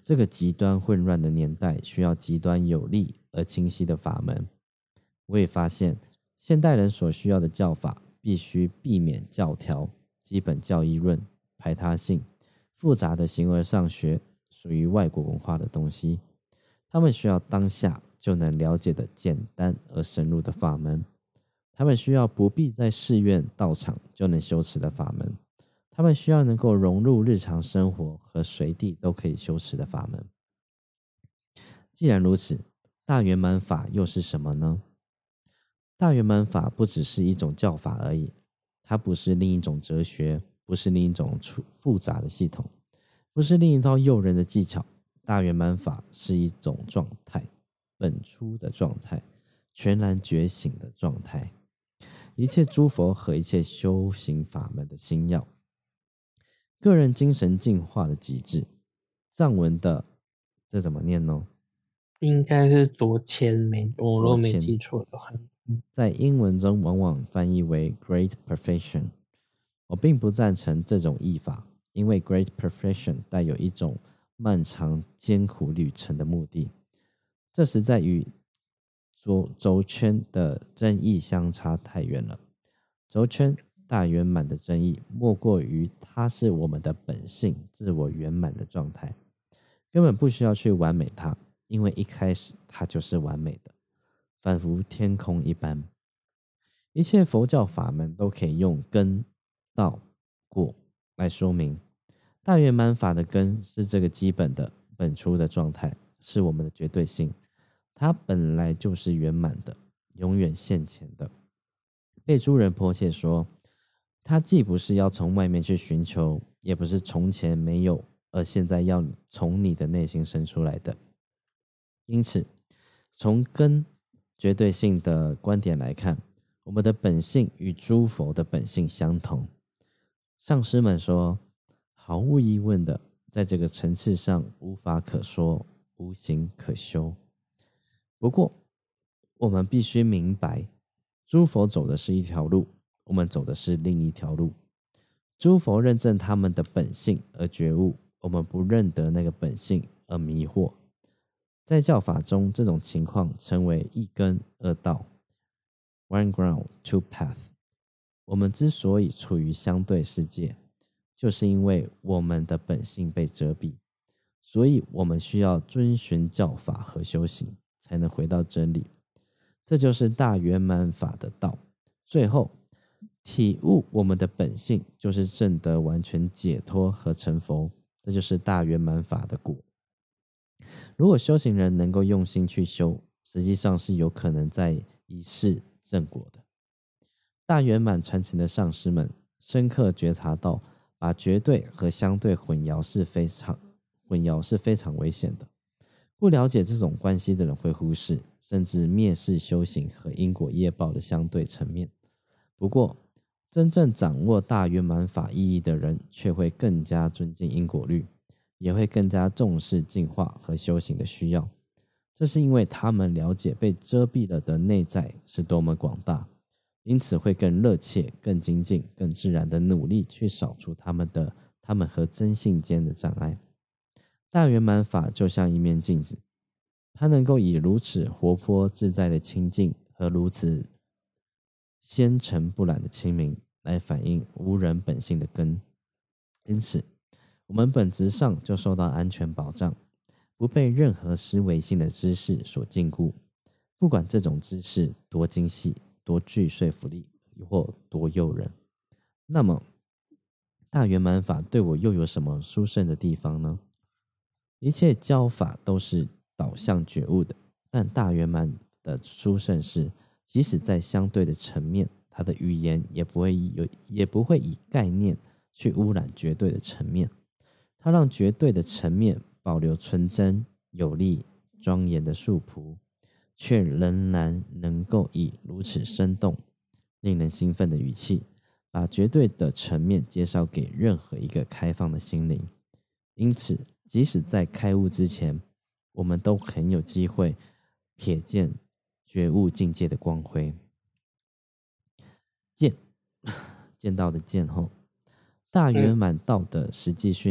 这个极端混乱的年代需要极端有力而清晰的法门。我也发现，现代人所需要的教法必须避免教条、基本教义论、排他性、复杂的形而上学，属于外国文化的东西。他们需要当下就能了解的简单而深入的法门。他们需要不必在寺院道场就能修持的法门。他们需要能够融入日常生活和随地都可以修持的法门。既然如此，大圆满法又是什么呢？大圆满法不只是一种教法而已，它不是另一种哲学，不是另一种复杂的系统，不是另一套诱人的技巧。大圆满法是一种状态，本初的状态，全然觉醒的状态，一切诸佛和一切修行法门的心要，个人精神进化的极致。藏文的这怎么念呢？ 应该是多谦没，我若没记错的话， 在英文中往往翻译为 Great Perfection。我并不赞成这种译法，因为 Great Perfection 带有一种漫长艰苦旅程的目的，这实在与轴圈的真意相差太远了。轴圈大圆满的真意，莫过于它是我们的本性自我圆满的状态，根本不需要去完美它，因为一开始它就是完美的，仿佛天空一般。一切佛教法门都可以用根、道、果来说明。大圆满法的根是这个基本的本初的状态，是我们的绝对性，它本来就是圆满的，永远现前的。被诸人迫切说，它既不是要从外面去寻求，也不是从前没有而现在要从你的内心生出来的。因此，从根绝对性的观点来看，我们的本性与诸佛的本性相同。上师们说，毫无疑问的，在这个层次上无法可说，无形可修。不过，我们必须明白，诸佛走的是一条路，我们走的是另一条路。诸佛认证他们的本性而觉悟，我们不认得那个本性而迷惑。在教法中，这种情况称为一根二道 One ground, two path。 我们之所以处于相对世界，就是因为我们的本性被遮蔽，所以我们需要遵循教法和修行，才能回到真理。这就是大圆满法的道。最后，体悟我们的本性，就是证得完全解脱和成佛，这就是大圆满法的果。如果修行人能够用心去修，实际上是有可能在一世正果的。大圆满传承的上师们深刻觉察到，把绝对和相对混淆是非常混淆是非常危险的。不了解这种关系的人会忽视，甚至蔑视修行和因果业报的相对层面。不过，真正掌握大圆满法意义的人，却会更加尊敬因果律，也会更加重视进化和修行的需要。这是因为他们了解被遮蔽了的内在是多么广大，因此会更热切、更精进、更自然的努力去扫除他们的他们和真性间的障碍。大圆满法就像一面镜子，它能够以如此活泼自在的清净和如此纤尘不染的清明来反映无人本性的根。因此，我们本质上就受到安全保障，不被任何思维性的知识所禁锢，不管这种知识多精细、多具说服力或多诱人。那么，大圆满法对我又有什么殊胜的地方呢？一切教法都是导向觉悟的，但大圆满的殊胜是，即使在相对的层面，它的语言也不会有，也不会以概念去污染绝对的层面。它让绝对的层面保留纯真、有力、庄严的束缚，却仍然能够以如此生动、令人兴奋的语气，把绝对的层面介绍给任何一个开放的心灵。因此，即使在开悟之前，我们都很有机会瞥见觉悟境界的光辉。见，见到的见后，大圆满道的实际训练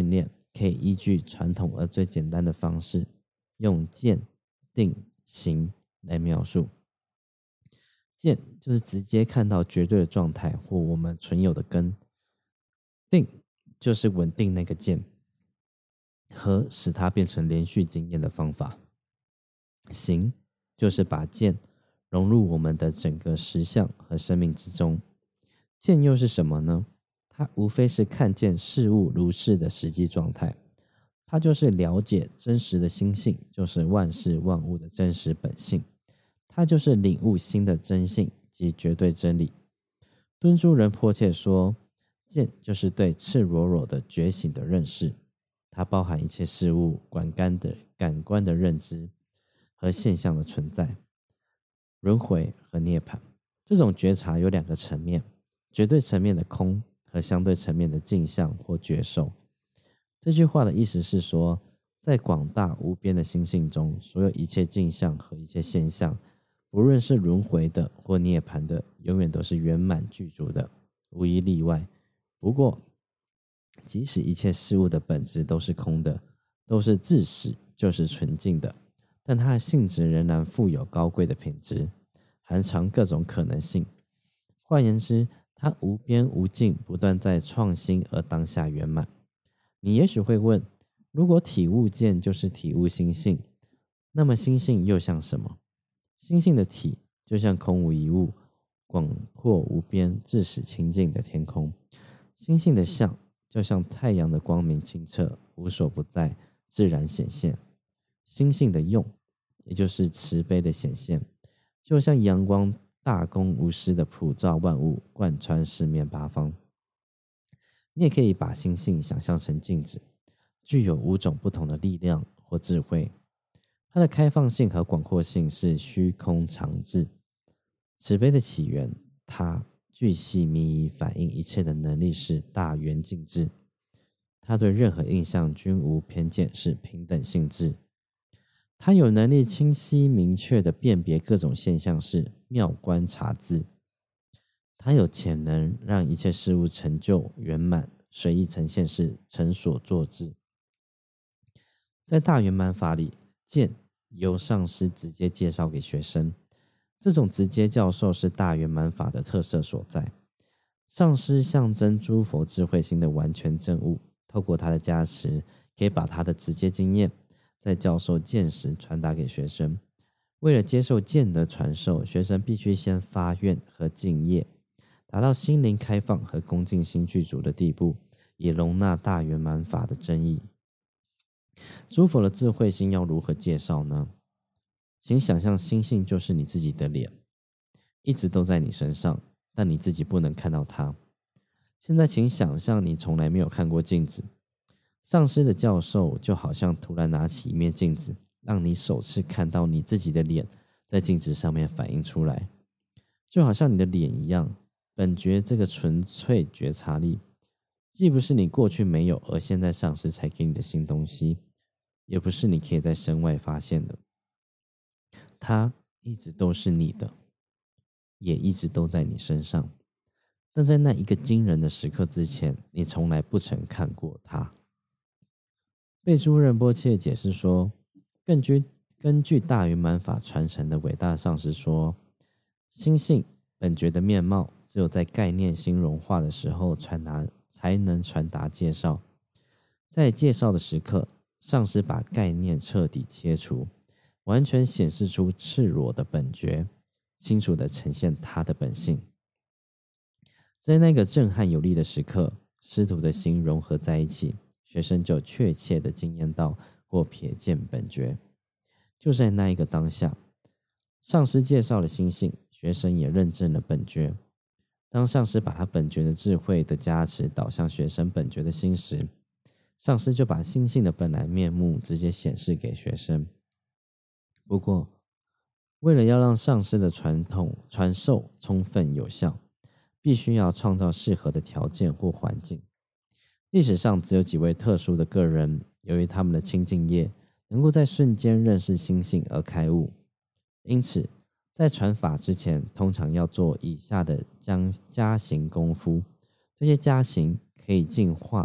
可以依据传统而最简单的方式，用见、定、行来描述。见就是直接看到绝对的状态或我们存有的根，定就是稳定那个见和使它变成连续经验的方法，行就是把见融入我们的整个实相和生命之中。见又是什么呢？它无非是看见事物如是的实际状态，它就是了解真实的心性，就是万事万物的真实本性，它就是领悟心的真性及绝对真理。敦珠仁波切说，见就是对赤裸裸的觉醒的认识，它包含一切事物感官的感官的认知和现象的存在，轮回和涅槃。这种觉察有两个层面，绝对层面的空和相对层面的镜像或觉受。这句话的意思是说，在广大无边的心性中，所有一切镜像和一切现象，不论是轮回的或涅槃的，永远都是圆满具足的，无一例外。不过，即使一切事物的本质都是空的，都是自始就是纯净的，但它的性质仍然富有高贵的品质，含藏各种可能性。换言之，它无边无尽，不断在创新而当下圆满。你也许会问，如果体悟见就是体悟心性，那么心性又像什么？心性的体就像空无一物，广阔无边，至始清净的天空。心性的相就像太阳的光明清澈，无所不在，自然显现。心性的用也就是慈悲的显现，就像阳光大公无私的普照万物，贯穿四面八方。你也可以把心性想象成镜子，具有五种不同的力量或智慧。它的开放性和广阔性是虚空常滞。慈悲的起源，它巨细靡遗反映一切的能力是大圆净智。它对任何印象均无偏见，是平等性质。它有能力清晰明确地辨别各种现象，是妙观察智。它有潜能让一切事物成就圆满，随意呈现，是成所作智。在大圆满法里，见由上师直接介绍给学生，这种直接教授是大圆满法的特色所在。上师象征诸佛智慧心的完全证悟，透过他的加持，可以把他的直接经验在教授见时传达给学生。为了接受见的传授，学生必须先发愿和敬业，达到心灵开放和恭敬心具足的地步，以容纳大圆满法的真意。诸佛的智慧心要如何介绍呢？请想象心性就是你自己的脸，一直都在你身上，但你自己不能看到它。现在请想象你从来没有看过镜子，上师的教授就好像突然拿起一面镜子，让你首次看到你自己的脸在镜子上面反映出来，就好像你的脸一样。本觉这个纯粹觉察力，既不是你过去没有而现在上师才给你的新东西，也不是你可以在身外发现的，它一直都是你的，也一直都在你身上。但在那一个惊人的时刻之前，你从来不曾看过它。贝珠仁波切解释说，根据根据大圆满法传承的伟大上师说，心性本觉的面貌只有在概念心融化的时候传达才能传达介绍。在介绍的时刻，上师把概念彻底切除，完全显示出赤裸的本觉，清楚地呈现他的本性。在那个震撼有力的时刻，师徒的心融合在一起，学生就确切地经验到或瞥见本觉。就在那一个当下，上师介绍了心性，学生也认证了本觉。当上师把他本觉的智慧的加持导向学生本觉的心时，上师就把心性的本来面目直接显示给学生。不过，为了要让上师的传统传授充分有效，必须要创造适合的条件或环境。历史上只有几位特殊的个人，由于他们的清净业，能够在瞬间认识心性而开悟。因此，在传法之前，通常要做以下的加行功夫。这些加行可以净化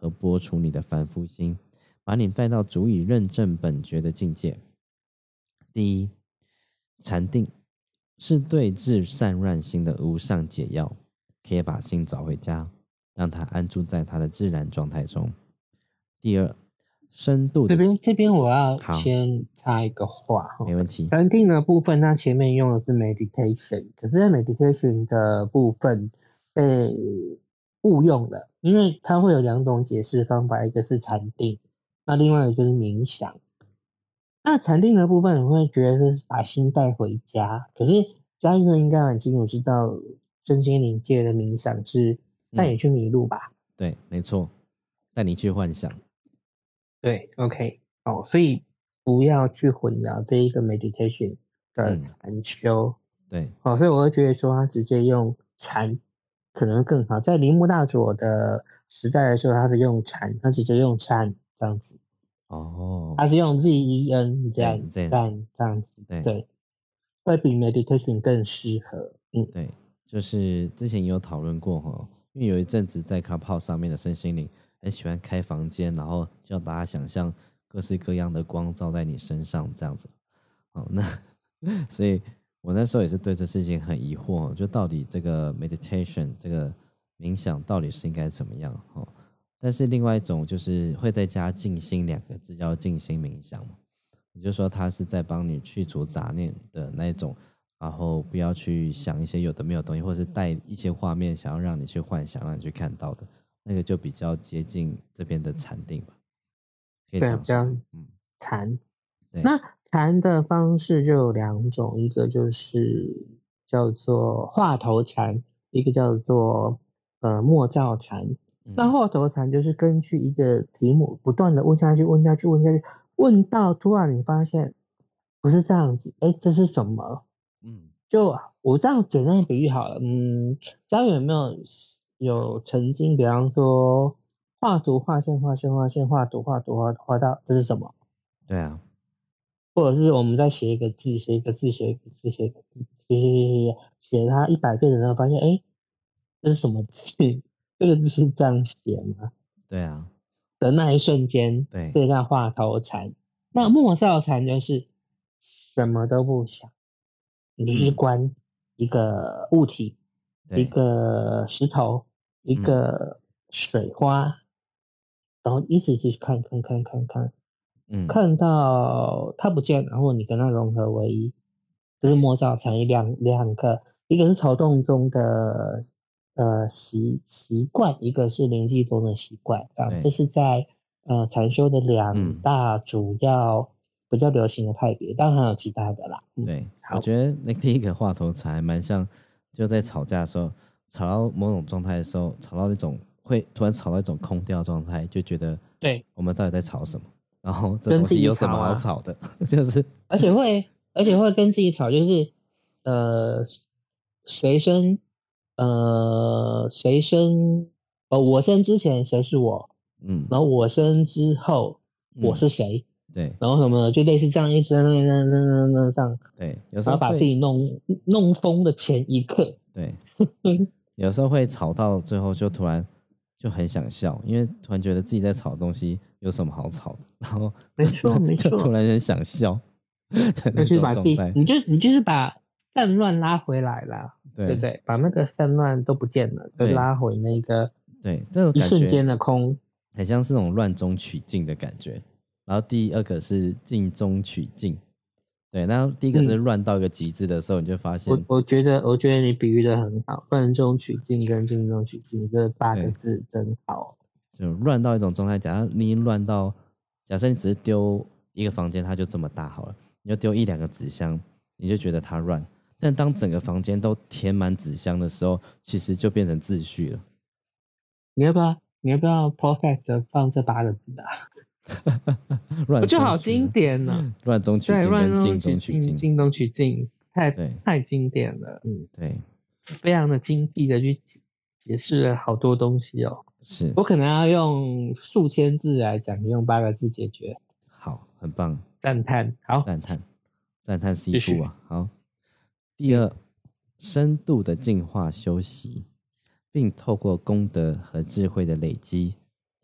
和拨除你的凡夫心，把你带到足以认证本觉的境界。第一，禅定是对治散乱心的无上解药，可以把心找回家，让它安住在它的自然状态中。第二，深度的这边这边我要好先插一个话， 没问题。 禅定的部分，它前面用的是 meditation， 可是在 meditation 的部分被误用了，因为它会有两种解释方法，一个是禅定，那另外一个就是冥想。那禅定的部分，你会觉得是把心带回家，可是嘉玉应该很清楚知道，身心灵界的冥想是带你去迷路吧？ 嗯、对，没错，带你去幻想。 对 ，OK， 哦，所以不要去混淆这一个 meditation 的禅修。 嗯、对， 哦，所以我会觉得说，他直接用禅可能更好。在铃木大佐的时代的时候，他是用禅，他直接用禅这样子。 哦， 他是用 Z E N 这样这这样这样子， 对对，会比 meditation 更适合。嗯， 对，就是之前也有讨论过哈，因为有一阵子在 Clubhouse 上面的身心灵很喜欢开房间，然后叫大家想象各式各样的光照在你身上这样子。哦，那所以我那时候也是对这事情很疑惑，就到底这个 meditation 这个冥想到底是应该怎么样？哦，但是另外一种就是会再加静心两个字，叫静心冥想嘛，也就是说它是在帮你去除杂念的那一种，然后不要去想一些有的没有东西，或是带一些画面想要让你去幻想，让你去看到的那个就比较接近这边的禅定吧，可以这对， 样说。 比较嗯， 禅。 对， 那禅的方式就有两种，一个就是叫做化头禅，一个叫做呃默照禅。那嗯， 化头禅就是根据一个题目不断的问下去，问下去，问下去，问到突然你发现不是这样子，哎，这是什么？ 嗯， 就我这样简单的比喻好了，嗯，家里有没有有曾经，比方说画图、画线、画线、画线、画图、画图、画画到这是什么？ 对啊， 或者是我们再写一个字，写一个字，写一个字，写一个字，写写写写写它一百遍的时候，发现哎，这是什么字？这个字是这样写吗？ 对啊， 的那一瞬间， 对， 这叫画头禅。那默照禅就是什么都不想，你就是嗯， 观一个物体，一对， 个石头，一嗯， 个水花，然后一直去看看看看看， 嗯， 看到它不见，然后你跟它融合为一，这是默照禅两两个，一个是曹洞中的呃习习惯，一个是灵济中的习惯啊， 对， 这是在呃禅修的两嗯， 大主要比较流行的派别，当然还有其他的啦。嗯， 对，我好， 觉得那第一个话头才蛮像，就在吵架的时候，吵到某种状态的时候，吵到那种会突然吵到一种空掉状态，就觉得对， 我们到底在吵什么？然后这东跟自己西有什么好吵啊， 吵的？就是而且会而且会跟自己吵，就是呃谁生呃谁生呃我生之前谁是我， 嗯然后我生之后我嗯， 是谁， 对然后什么就类似这样一直在那那那那那这样， 对，有时然后把自候会己弄弄疯的前一刻， 对，有时候会吵到最后就突然就很想笑，因为突然觉得自己在吵的东西有什么好吵的，然后没错没就突错， 然很想笑的那就是把自己种状态。 你就你就是把散乱拉回来啦，对不对对？把那个散乱都不见了，就对拉回那个对，这种一感觉瞬间的空。 很像是那种乱中取静的感觉。然后第二个是静中取静，对，那第一个是嗯， 乱到一个极致的时候，你就发我现， 我觉得我觉得你比喻的很好，乱中取静跟静中取静这八个对， 字真好。 就乱到一种状态。假如你乱到，假设你只是丢一个房间，它就这么大好了，你就丢一两个纸箱，你就觉得它乱。但当整个房间都填满纸箱的时候，其实就变成秩序了。 你要不要你要不要 podcast 放这八个字啊？我乱觉得好经中取典呢、 乱中取对， 静跟静乱中取静， 中取静。 静中取静，太对太经典了，嗯， 对， 非常的精辟的去解释了好多东西哦。 是我可能要用数千字来讲，你用八个字解决， 好，很棒， 赞叹。好， 赞叹赞叹 C 继续。 夫啊。好，第二，深度的净化修习，并透过功德和智慧的累积，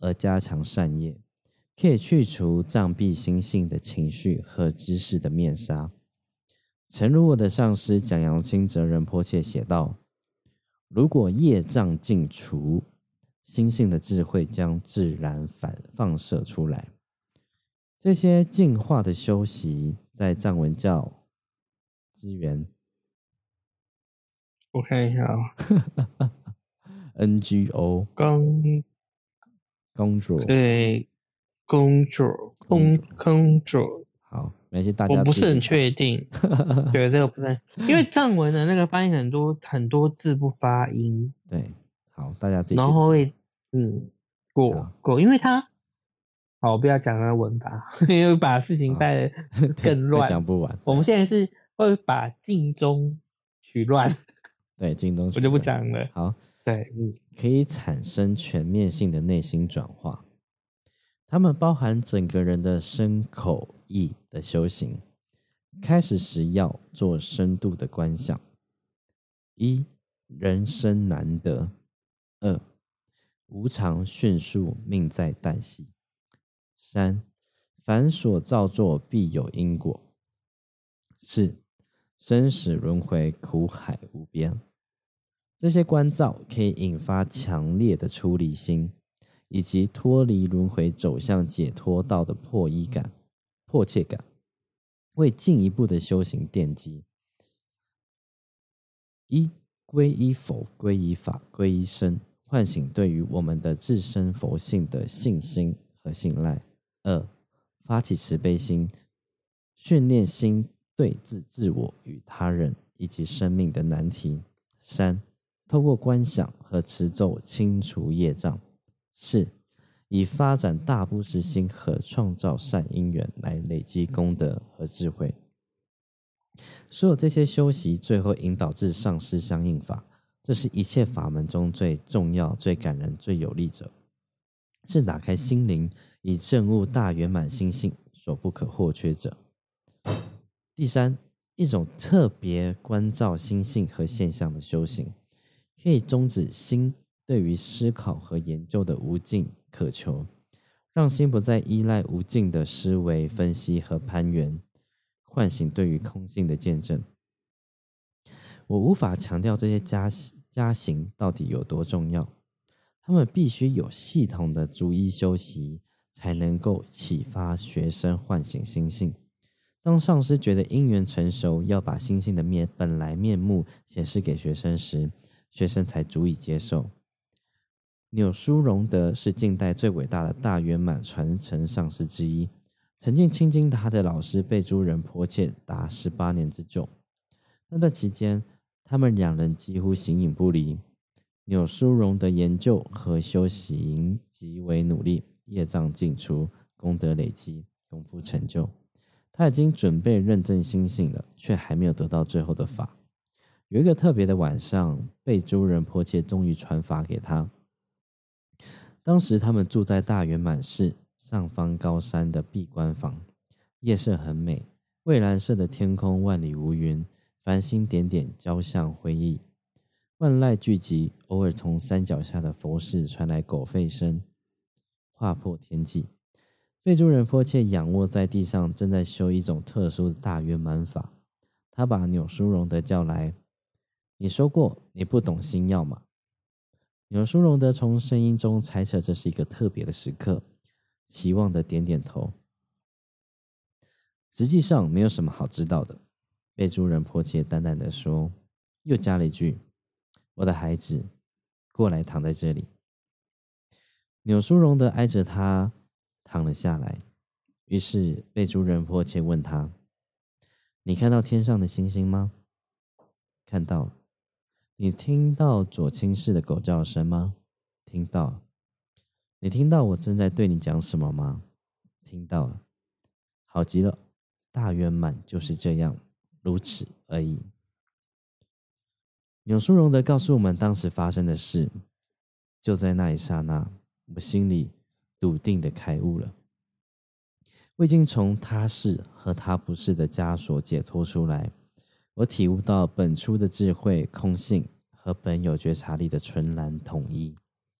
而加强善业，可以去除障蔽心性的情绪和知识的面纱。诚如我的上师蒋扬清哲仁波切写道，如果业障尽除，心性的智慧将自然反放射出来。这些净化的修习在藏文叫资源， 我看一下啊、哦、 N G O 公公主对公主公公主， 好，没事，大我家不是很自己找。 确定，对这个不太，因为藏文的那个发音很多很多字不发音， 对，好，大家自己去找。 然后会嗯过好过，因为它好，不要讲那个文法，因为把事情好带得对，会更乱。 讲不完。 我们现在是会把尽中取乱， 对，京东我就不取乱。 讲了。 好， 对，嗯， 可以产生全面性的内心转化。它们包含整个人的身口意的修行。开始时要做深度的观想：一、人生难得；二、无常迅速，命在旦夕；三、凡所造作必有因果；四、生死轮回，苦海无边。这些观照可以引发强烈的出离心，以及脱离轮回走向解脱道的迫依感、迫切感，为进一步的修行奠基。一、皈依佛、皈依法、皈依僧，唤醒对于我们的自身佛性的信心和信赖。二、发起慈悲心，训练心对治自我与他人以及生命的难题。三、透过观想和持咒清除业障。四、以发展大布施心和创造善因缘来累积功德和智慧。所有这些修习最后引导至上师相应法，这是一切法门中最重要、最感人、最有力者，是打开心灵以证悟大圆满心性所不可或缺者。第三，一种特别关照心性和现象的修行，可以终止心对于思考和研究的无尽渴求，让心不再依赖无尽的思维、分析和攀援，唤醒对于空性的见证。我无法强调这些加加行到底有多重要，他们必须有系统的逐一修习，才能够启发学生唤醒心性。当上师觉得因缘成熟，要把心性的面本来面目显示给学生时，学生才足以接受。钮书荣德是近代最伟大的大圆满传承上师之一，曾经亲近他的老师贝珠仁波切达十八年之久。那段期间，他们两人几乎形影不离。钮书荣德研究和修行极为努力，业障尽除，功德累积，功夫成就。他已经准备认证心性了，却还没有得到最后的法。有一个特别的晚上，贝珠仁波切终于传法给他。当时他们住在大圆满寺上方高山的闭关房，夜色很美，蔚蓝色的天空万里无云，繁星点点交相辉映，万籁俱寂，偶尔从山脚下的佛寺传来狗吠声，划破天际。贝珠仁波切仰卧在地上，正在修一种特殊的大圆满法。他把钮书荣德叫来，你说过你不懂心要吗？钮书荣德从声音中猜测这是一个特别的时刻，期望的点点头。实际上没有什么好知道的，贝珠仁波切淡淡的说，又加了一句，我的孩子，过来躺在这里。钮书荣德挨着他躺了下来，于是贝珠仁波切问他，你看到天上的星星吗？看到了。你听到左倾室的狗叫声吗？听到了。你听到我正在对你讲什么吗？听到了。好极了，大圆满就是这样，如此而已。钮书荣德告诉我们当时发生的事，就在那一刹那，我心里笃定的开悟了。我已经从他是和他不是的枷锁解脱出来，我体悟到本初的智慧、空性和本有觉察力的纯然统一。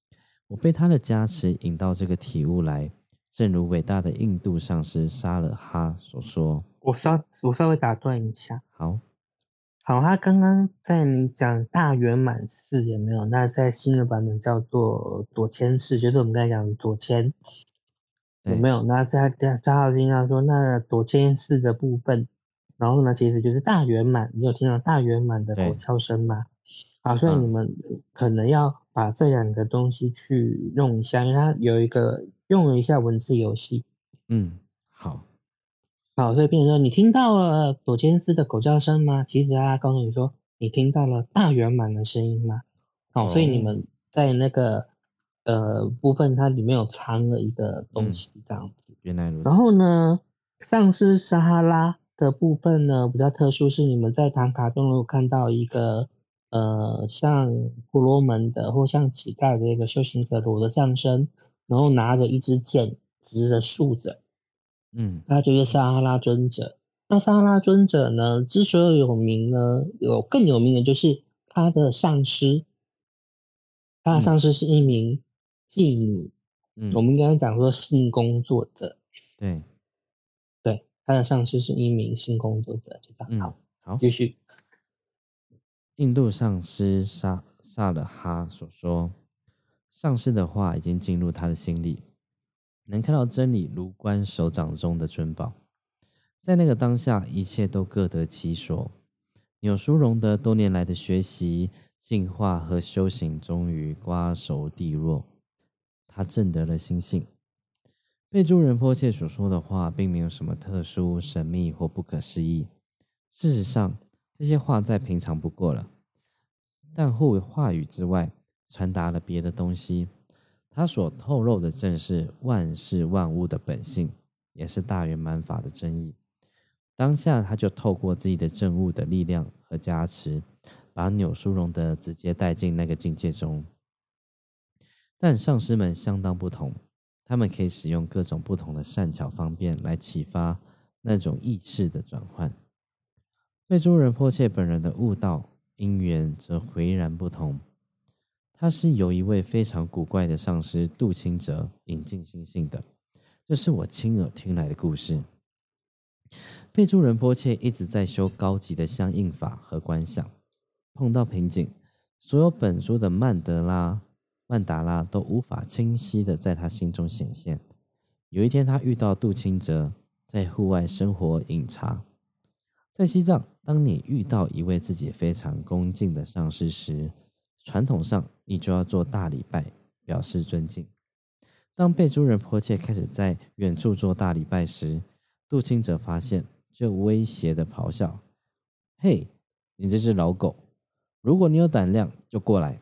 我被他的加持引到这个体悟来，正如伟大的印度上师沙勒哈所说。 我稍我稍微打断一下。 好， 好，他刚刚在你讲大圆满寺有没有？那在新的版本叫做左迁寺，就是我们刚才讲的左迁，有没有？那在在张浩金他说，那左迁寺的部分，然后呢，其实就是大圆满。你有听到大圆满的狗叫声吗？好，所以你们可能要把这两个东西去用一下，因为它有一个用了一下文字游戏。 嗯，好。 好，所以变成说，你听到了左监司的狗叫声吗？其实他告诉你说，你听到了大圆满的声音吗？好，所以你们在那个呃部分，它里面有藏了一个东西这样子。 原来如此。 然后呢，丧尸撒哈拉的部分呢比较特殊，是你们在唐卡中有看到一个呃像婆罗门的或像乞丐的一个修行者裸着上身，然后拿着一支剑直着竖着。 嗯， 他就是撒哈拉尊者。那撒哈拉尊者呢，之所以有名呢，有更有名的就是他的上师，他的上师是一名妓女， 嗯， 我们应该讲说性工作者。 对， 对，他的上师是一名性工作者，就这样。 嗯， 好， 好。 继续。 印度上师萨萨勒哈所说，上师的话已经进入他的心里，能看到真理如观手掌中的珍宝。在那个当下，一切都各得其所。纽苏荣德多年来的学习、进化和修行，终于瓜熟蒂落。他证得了心性。贝珠仁波切所说的话，并没有什么特殊、神秘或不可思议。事实上，这些话再平常不过了。但互话语之外，传达了别的东西。他所透露的正是万事万物的本性，也是大圆满法的真意。当下，他就透过自己的证悟的力量和加持，把纽苏荣德直接带进那个境界中。但上师们相当不同，他们可以使用各种不同的善巧方便来启发那种意识的转换。贝珠仁波切本人的悟道因缘则迥然不同。他是由一位非常古怪的上师杜清哲引进心性的，这是我亲耳听来的故事。贝珠仁波切一直在修高级的相应法和观想，碰到瓶颈，所有本书的曼德拉、曼达拉都无法清晰的在他心中显现。有一天，他遇到杜清哲，在户外生活饮茶。在西藏，当你遇到一位自己非常恭敬的上师时，传统上你就要做大礼拜，表示尊敬。当贝珠仁波切开始在远处做大礼拜时，杜清哲发现，就威胁的咆哮：“嘿，你这只老狗！如果你有胆量，就过来！”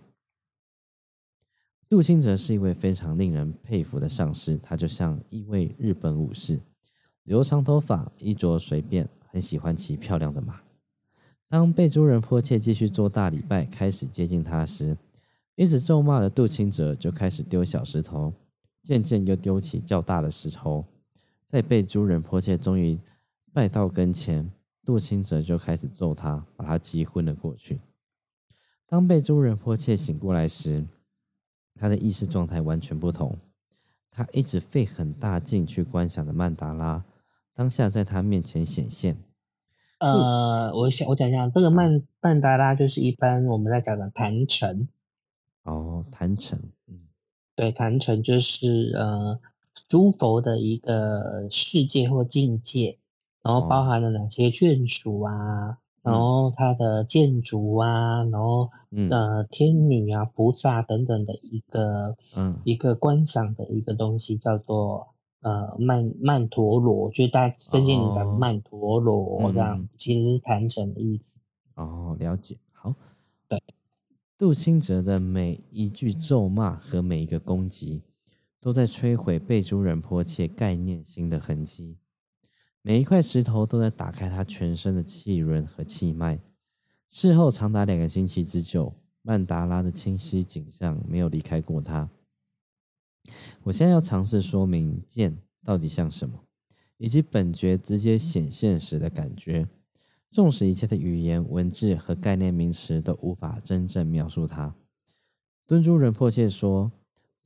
杜清哲是一位非常令人佩服的上师，他就像一位日本武士，留长头发，衣着随便，很喜欢骑漂亮的马。当贝珠仁波切继续做大礼拜，开始接近他时，一直咒骂的杜清哲就开始丢小石头，渐渐又丢起较大的石头。在贝珠仁波切终于拜到跟前，杜清哲就开始揍他，把他击昏了过去。当贝珠仁波切醒过来时，他的意识状态完全不同。他一直费很大劲去观想的曼达拉，当下在他面前显现。 呃，我想我讲一下，这个曼曼达拉就是一般我们在讲的坛城。 哦，坛城，嗯， 对，坛城就是呃诸佛的一个世界或境界，然后包含了哪些眷属啊，然后它的建筑啊，然后呃天女啊、菩萨等等的一个嗯一个观赏的一个东西，叫做呃曼曼陀罗，就是大家真经里讲的曼陀罗这样，其实是坛城的意思。 哦，了解。好， 对。 杜清哲的每一句咒骂和每一个攻击，都在摧毁贝珠仁波切概念心的痕迹。每一块石头都在打开他全身的气轮和气脉。事后长达两个星期之久，曼达拉的清晰景象没有离开过他。我现在要尝试说明剑到底像什么，以及本觉直接显现时的感觉。纵使一切的语言、文字和概念名词都无法真正描述它。敦珠仁波切说，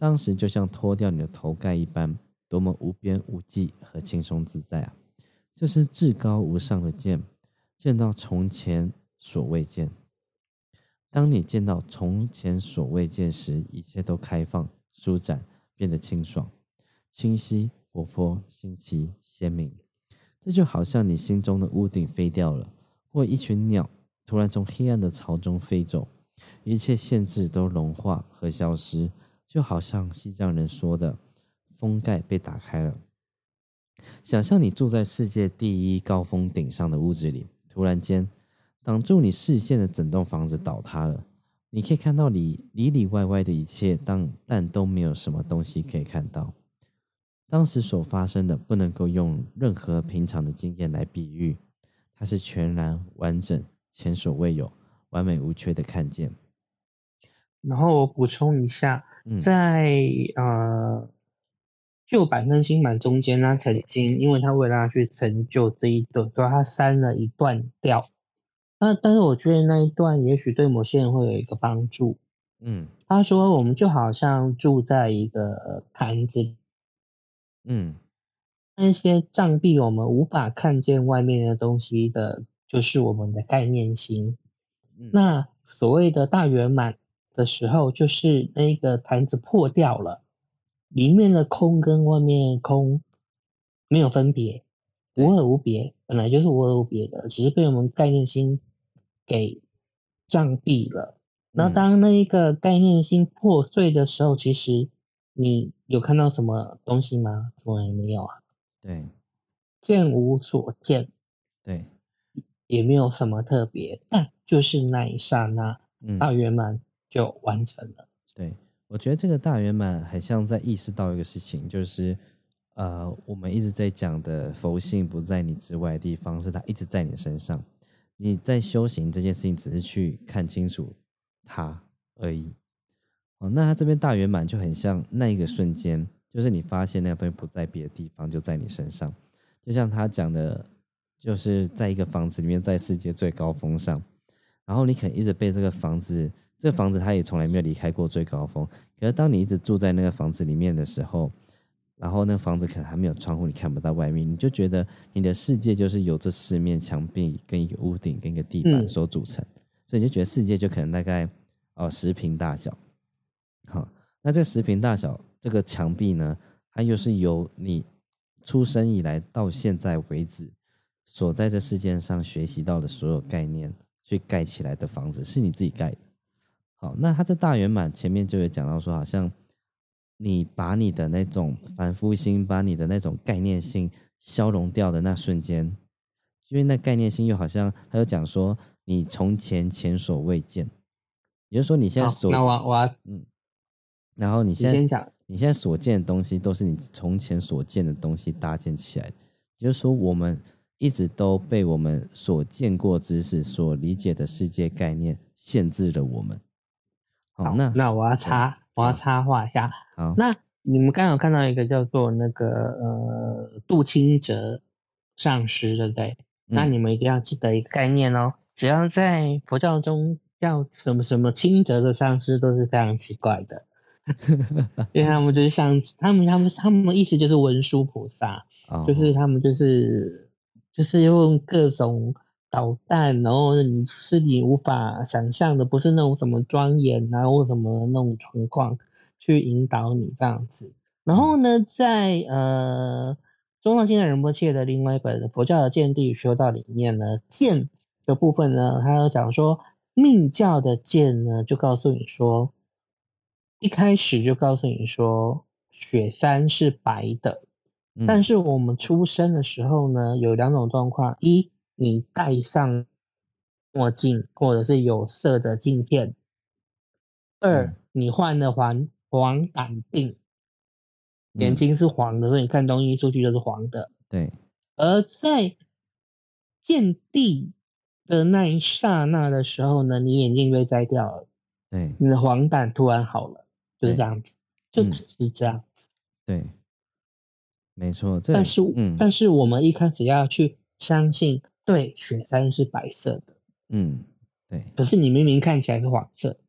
当时就像脱掉你的头盖一般，多么无边无际和轻松自在啊！这是至高无上的见，见到从前所未见。当你见到从前所未见时，一切都开放、舒展，变得清爽、清晰、活泼、新奇、鲜明。这就好像你心中的屋顶飞掉了，或一群鸟突然从黑暗的巢中飞走，一切限制都融化和消失，就好像西藏人说的，封盖被打开了。想象你住在世界第一高峰顶上的屋子里，突然间挡住你视线的整栋房子倒塌了，你可以看到里里里外外的一切，但但都没有什么东西可以看到。当时所发生的不能够用任何平常的经验来比喻，它是全然完整、前所未有、完美无缺的看见。 然后我补充一下， 嗯在呃旧版跟新版中间，他曾经因为他为了要去成就这一段，所以他删了一段掉。那但是我觉得那一段也许对某些人会有一个帮助。 嗯他说我们就好像住在一个坛子里， 嗯那些障壁我们无法看见外面的东西的，就是我们的概念心。 嗯那所谓的大圆满的时候，就是那个坛子破掉了，里面的空跟外面的空没有分别，无对二无别，本来就是无二无别的，只是被我们概念心给障蔽了。那嗯当那一个概念心破碎的时候，其实你有看到什么东西吗？怎么也没有啊， 对见无所见， 对也没有什么特别，但就是那一刹那， 嗯大圆满就完成了。 对，我觉得这个大圆满很像在意识到一个事情，就是呃，我们一直在讲的佛性不在你之外的地方，是它一直在你身上。你在修行这件事情，只是去看清楚它而已。哦，那它这边大圆满就很像那一个瞬间，就是你发现那个东西不在别的地方，就在你身上。就像他讲的，就是在一个房子里面，在世界最高峰上，然后你可能一直被这个房子，这个房子它也从来没有离开过最高峰。可是当你一直住在那个房子里面的时候，然后那个房子可能还没有窗户，你看不到外面，你就觉得你的世界就是由这四面墙壁跟一个屋顶跟一个地板嗯所组成，所以你就觉得世界就可能大概哦十平大小。好，那这十平大小这个墙壁呢，它又是由你出生以来到现在为止，所在这世界上学习到的所有概念去盖起来的房子，是你自己盖的。好，那它这大圆满前面就有讲到说，好像你把你的那种凡夫心，把你的那种概念性消融掉的那瞬间，因为那概念性又好像他有讲说，你从前前所未见，也就是说你现在好， 所那我我要嗯，然后你你现在先讲。 你现在所见的东西都是你从前所见的东西搭建起来的，也就是说，我们一直都被我们所见过知识、所理解的世界概念限制了我们。好， 好， 那那我要对， 插，我要好， 插话一下。 好， 那你们刚刚有看到一个叫做那个呃杜清哲上师，对不对？那嗯你们一定要记得一个概念哦，只要在佛教中叫什么什么清哲的上师都是非常奇怪的，因为他们就是像他们他们他们的意思就是文殊菩萨，就是哦， 他们就是就是用各种导弹，然后你是你无法想象的，不是那种什么庄严啊或什么那种状况去引导你这样子。然后嗯呢，在呃中藏经的仁波切的另外一本《佛教的见地与修道》里面呢，见的部分呢，他有讲说密教的见呢，就告诉你说。一开始就告诉你说雪山是白的，但嗯是我们出生的时候呢，有两种状况：一，你戴上墨镜或者是有色的镜片； 嗯二，你患了黄黄疸病，眼嗯， 睛是黄的，所以你看东西出去就是黄的。 对而在见地的那一刹那的时候呢，你眼镜被摘掉了， 对你的黄疸突然好了，就是对， 这样子，就嗯只是这样。 对，没错，这但是嗯但是我们一开始要去相信，对，雪山是白色的， 嗯对可是你明明看起来是黄色，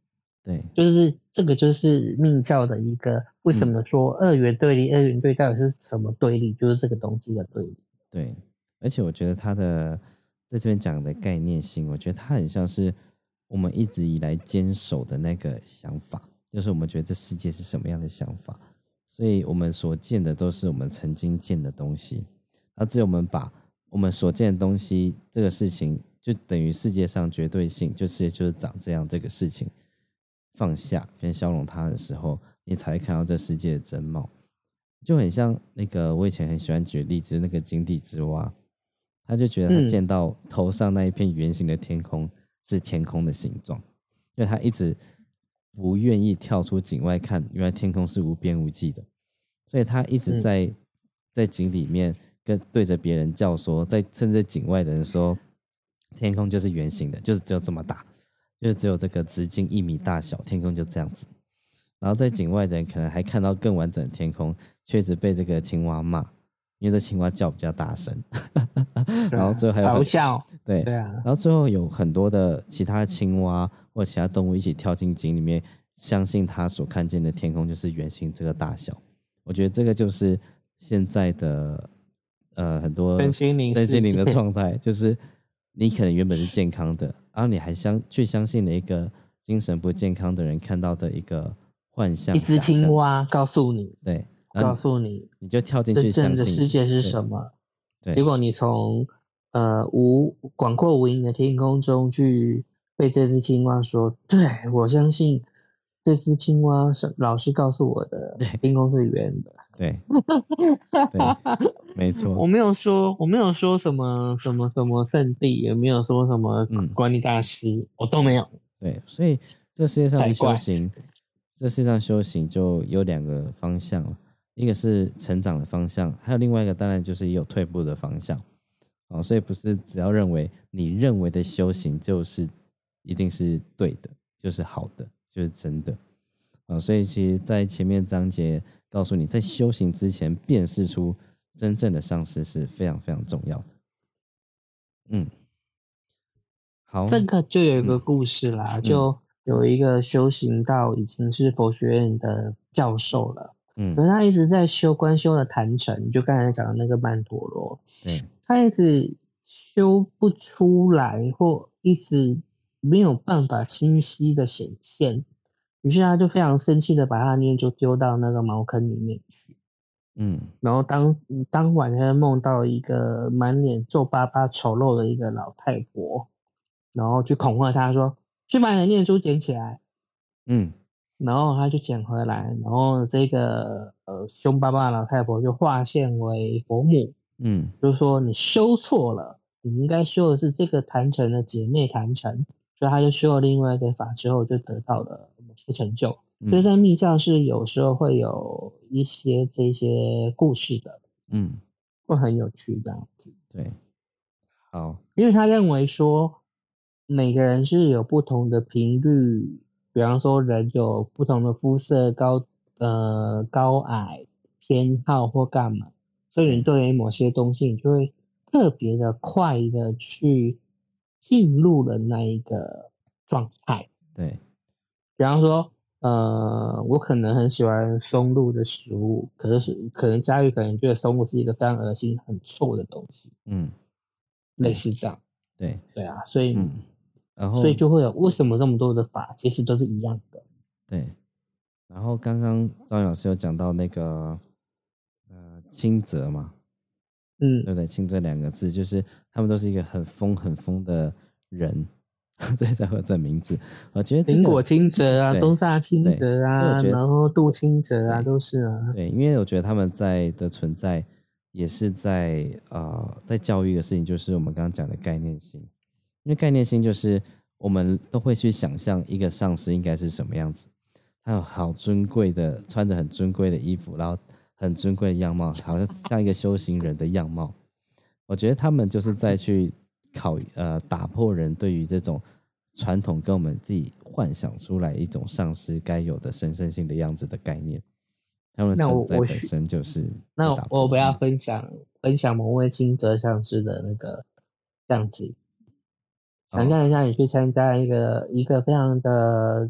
对， 就是这个就是密教的一个，为什嗯， 么说二元对立？二元对到底是什么对立？就是这个东西的对立。 对，而且我觉得他的在这边讲的概念性，我觉得它很像是我们一直以来坚守的那个想法，就是我们觉得这世界是什么样的想法，所以我们所见的都是我们曾经见的东西，而只有我们把我们所见的东西这个事情，就等于世界上绝对性，就世界就是长这样这个事情放下跟消融它的时候，你才会看到这世界的真貌。就很像那个我以前很喜欢举的例子，那个井底之蛙，他就觉得他嗯， 见到头上那一片圆形的天空是天空的形状，因为他一直不愿意跳出井外看，原来天空是无边无际的，所以他一直在、嗯、在井里面跟对着别人叫说，在甚至井外的人说，天空就是圆形的，就是只有这么大，就是只有这个直径一米大小，天空就这样子。然后在井外的人可能还看到更完整的天空，却一直被这个青蛙骂，因为这青蛙叫比较大声。然后最后还有嘲笑， 对对啊， 然后最后有很多的其他青蛙或其他动物一起跳进井里面，相信他所看见的天空就是圆形这个大小。我觉得这个就是现在的呃很多身心灵身心灵的状态，就是你可能原本是健康的，然后你还相去相信了一个精神不健康的人看到的一个幻象， 一只青蛙告诉你， 对， 告诉你， 你就跳进去相信真正的世界是什么？ 对， 结果你从呃无广阔无垠的天空中去被这只青蛙说，对，我相信这只青蛙是老师告诉我的，天空是圆的。 对，对，没错。 我没有说，我没有说什么什么什么圣地，也没有说什么管理大师，嗯、我都没有。 对，所以这世界上的修行，这世界上修行就有两个方向，一个是成长的方向，还有另外一个当然就是也有退步的方向。哦，所以不是只要认为你认为的修行就是一定是对的，就是好的，就是真的。啊，所以其实在前面章节告诉你，在修行之前辨识出真正的上师是非常非常重要的。嗯，好， 这个就有一个故事啦，嗯、就有一个修行到已经是佛学院的教授了，嗯，可是他一直在修观修的坛城，就刚才讲的那个曼陀罗， 对， 他一直修不出来，或一直没有办法清晰的显现。于是他就非常生气的把他的念珠丢到那个茅坑里面去，嗯，然后当当晚他梦到一个满脸皱巴巴、丑陋的一个老太婆，然后去恐吓他说：“去把你的念珠捡起来。”嗯，然后他就捡回来，然后这个呃凶巴巴的老太婆就化现为佛母，嗯，就是说你修错了，你应该修的是这个坛城的姐妹坛城。所以他就修了另外一个法之后，就得到了某些成就。嗯、所以在密教是有时候会有一些这些故事的，嗯，会很有趣这样子。 对，好， 因为他认为说每个人是有不同的频率，比方说人有不同的肤色、高呃高矮、偏好或干嘛，所以你对于某些东西，你就会特别的快的去进入了那一个状态。 对， 比方说，呃，我可能很喜欢松露的食物，可是可能佳玉可能觉得松露是一个非常恶心、很臭的东西。嗯，类似这样。 对， 对啊，所以， 嗯，然后所以就会有为什么这么多的法，其实都是一样的。 对，然后刚刚张老师有讲到那个呃清泽嘛。嗯，对不对？清这两个字，就是他们都是一个很疯很疯的人，所以才会有这名字。我觉得苹、这个、果清泽啊，松下清泽啊，然后杜清泽啊，都是啊。 对，因为我觉得他们在的存在，也是在呃在教育的事情，就是我们刚刚讲的概念性。因为概念性就是我们都会去想象一个上师应该是什么样子，他有好尊贵的，穿着很尊贵的衣服，然后很尊贵的样貌，好像像一个修行人的样貌。我觉得他们就是在去考呃打破人对于这种传统跟我们自己幻想出来一种上师该有的神圣性的样子的概念。他们存在本身就是那我我不要分享分享某位清泽上师的那个样子。想象一下，你去参加一个一个非常的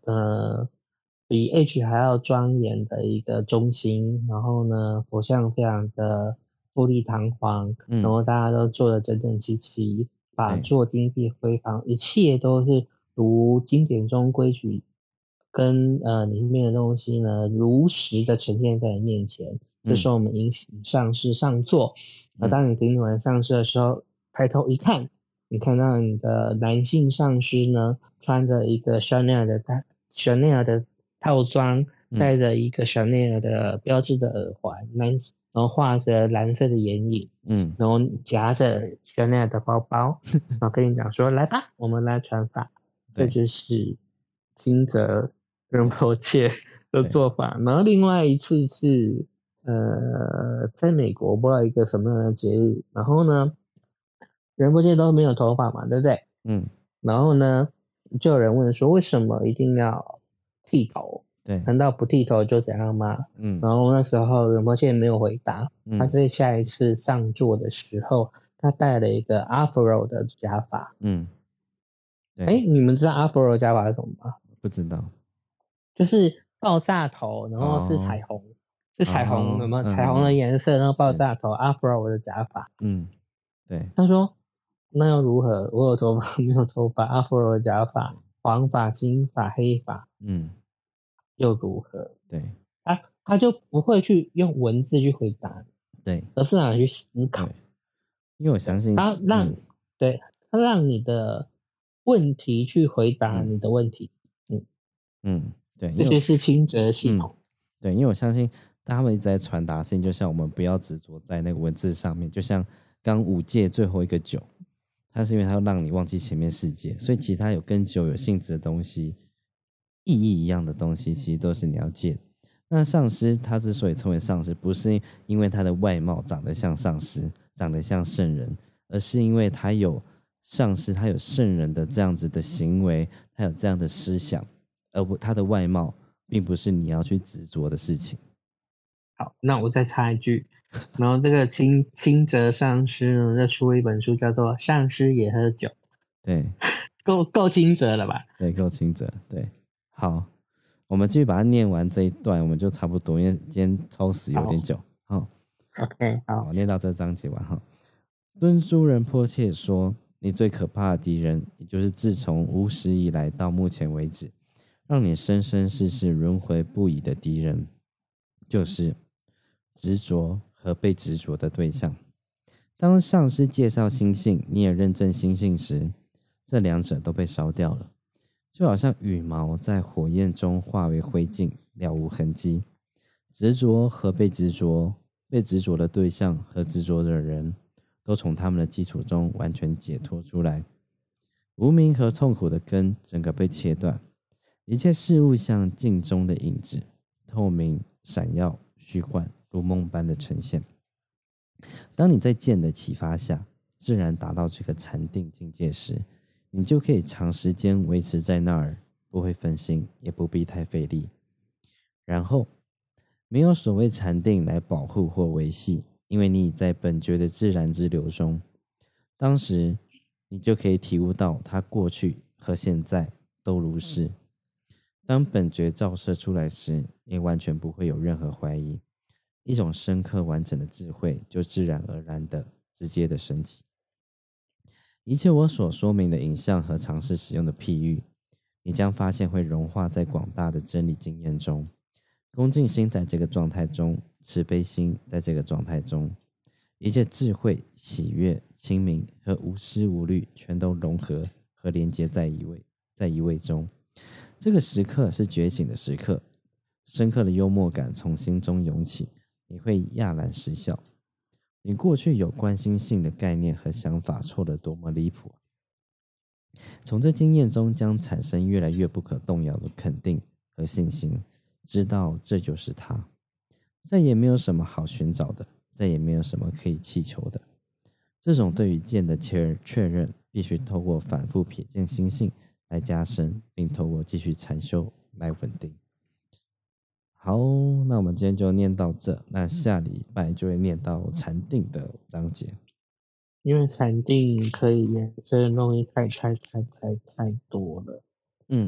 呃比 H 还要庄严的一个中心，然后呢佛像非常的富丽堂皇，然嗯， 后大家都做的整整齐齐，法对， 座金碧辉煌，一切都是如经典中规矩跟呃里面的东西呢如实的呈现在你面前。这时嗯候我们迎请上师上座，那嗯当你顶完上师的时候，抬头一看，你看到你的男性上司呢，穿着一个 Chanel 的大 Chanel 的套装， 嗯戴着一个 Chanel 的标志的耳环，蓝，然后画着蓝色的眼影， 嗯， 然后夹着 Chanel 的包包，然后跟你讲说：“来吧，我们来传法。”这对就是金泽仁对波切的对， 做法。然后另外一次是呃，在美国不知道一个什么样的节日，然后呢，仁波切都没有头发嘛，对不对？ 嗯然后呢，就有人问说，为什么一定要剃头？ 对， 难道不剃头就怎样吗？ 嗯然后那时候仁波切没有回答，他嗯在下一次上座的时候，他戴了一个 Afro 的假发。 嗯， 哎， 对， 你们知道 Afro 假发是什么吗？ 不知道。 就是爆炸头，然后是哦彩虹，是彩虹，有哦， 没有彩虹的嗯， 颜色？然后爆是， 炸头 Afro 的假发。 嗯，对他说：“那又如何？我有头发，没有头发，Afro 的假发， 对， 黄发、金发、黑发嗯又如何？” 对他他就不会去用文字去回答， 对而是让你去思考。 对，因为我相信， 他让嗯对他让你的问题去回答嗯你的问题。嗯， 嗯，对，因这为就是清哲系嗯统。 对，因为我相信他们一直在传达性，就像我们不要执着在那个文字上面，就像刚五戒最后一个酒，它是因为它要让你忘记前面世界，所以其他有跟酒有性质的东西，意义一样的东西，其实都是你要戒的。那上师他之所以称为上师，不是因为他的外貌长得像上师，长得像圣人，而是因为他有上师，他有圣人的这样子的行为，他有这样的思想，而不他的外貌并不是你要去执着的事情。 好，那我再插一句，然后这个清清哲上师呢，就出了一本书，叫做《上师也喝酒》， 对够够清哲了吧对，够清者。对，好，我们继续把它念完这一段，我们就差不多，因为今天超时有点久。好， ？OK，好， 好，念到这章节完哈。敦珠仁波切说：“你最可怕的敌人，也就是自从无始以来到目前为止，让你生生世世轮回不已的敌人，就是执着和被执着的对象。当上师介绍心性，你也认证心性时，这两者都被烧掉了，就好像羽毛在火焰中化为灰烬，了无痕迹。执着和被执着，被执着的对象和执着的人，都从他们的基础中完全解脱出来。无明和痛苦的根整个被切断，一切事物像镜中的影子，透明、闪耀、虚幻，如梦般的呈现。当你在剑的启发下，自然达到这个禅定境界时，你就可以长时间维持在那儿，不会分心，也不必太费力。然后，没有所谓禅定来保护或维系，因为你已在本觉的自然之流中。当时，你就可以体悟到它过去和现在都如是。当本觉照射出来时，你完全不会有任何怀疑，一种深刻完整的智慧就自然而然的直接的升起。一切我所说明的影像和尝试使用的譬喻，你将发现会融化在广大的真理经验中。恭敬心在这个状态中，慈悲心在这个状态中，一切智慧、喜悦、清明和无思无虑全都融合和连接在一位，在一位中。这个时刻是觉醒的时刻，深刻的幽默感从心中涌起，你会讶然失笑。你过去有关心性的概念和想法错得多么离谱！从这经验中将产生越来越不可动摇的肯定和信心，知道这就是它。再也没有什么好寻找的，再也没有什么可以祈求的。这种对于剑的确确认，必须透过反复瞥见心性来加深，并透过继续禅修来稳定。好，那我们今天就念到这，那下礼拜就会念到禅定的章节。 因为禅定可以延伸的东西太太太太太多了。 嗯，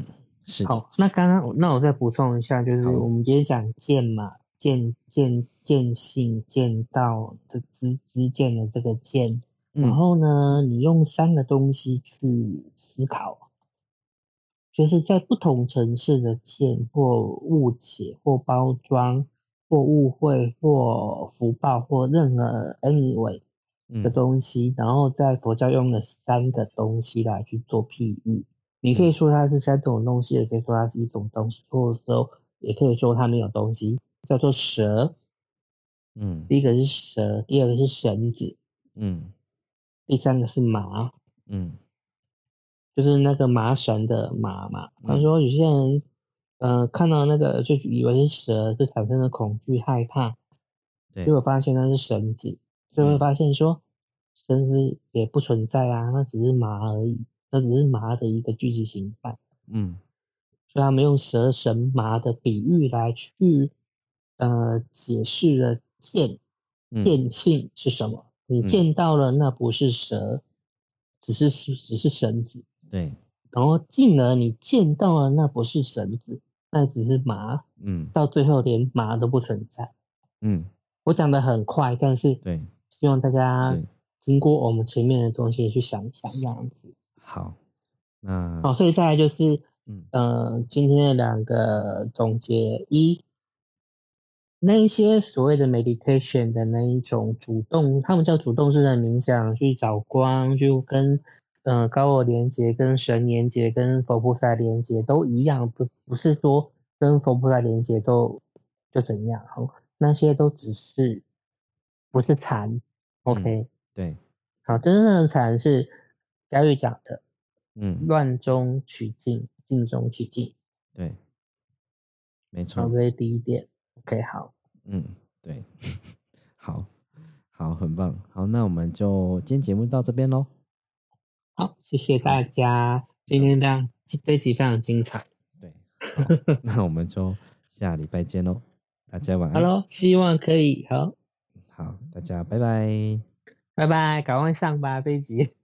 是的， 好，那刚刚那我再补充一下，就是好， 我们今天讲见嘛，见见见性、见道的知知见的这个见，然嗯后呢，你用三个东西去思考，就是在不同层次的见或误解或包装或误会或福报或任何 anyway 的嗯东西，然后在佛教用了三个东西来去做譬喻。你可以嗯说它是三种东西，也可以说它是一种东西，或者说也可以说它没有东西，叫做蛇。 嗯第一个是蛇，第二个是绳子， 嗯第三个是麻。 嗯就是那个麻绳的麻嘛。他嗯， 说有些人，呃，看到那个就以为是蛇，就产生了恐惧害怕，结对， 果发现那是绳子，就会嗯发现说绳子也不存在啊，那只是麻而已，那只是麻的一个具体形态。 嗯所以他们用蛇神麻的比喻来去呃解释了见嗯见性是什么。你嗯， 见到了那不是蛇，只是是只是绳子。 对， 然后进而你见到了那不是绳子，那只是麻， 嗯到最后连麻都不存在。 嗯我讲的很快，但是对， 希望大家是， 经过我们前面的东西去想一想这样子。 好，那好，所以再来就是， 嗯呃，今天的两个总结：一，那一些所谓的 meditation 的那一种主动，他们叫主动式的冥想，去找光，就跟呃高我连接、跟神连接、跟佛菩萨连接都一样，不不是说跟佛菩萨连接都就怎样，好，那些都只是不是禅嗯 ，OK， 对， 好，真正的禅是佳玉讲的嗯乱中取静，静中取静， 对，没好， 错， 这是第一点，OK，好。 嗯对，好，好，很棒，好，那我们就今天节目到这边喽。 好，谢谢好， 大家，今那天这样这一集非常精彩。 对，好，那我们就下礼拜见喽，大家晚安。 好咯，希望可以好， 好，大家拜拜。 拜拜，赶快上吧这一集。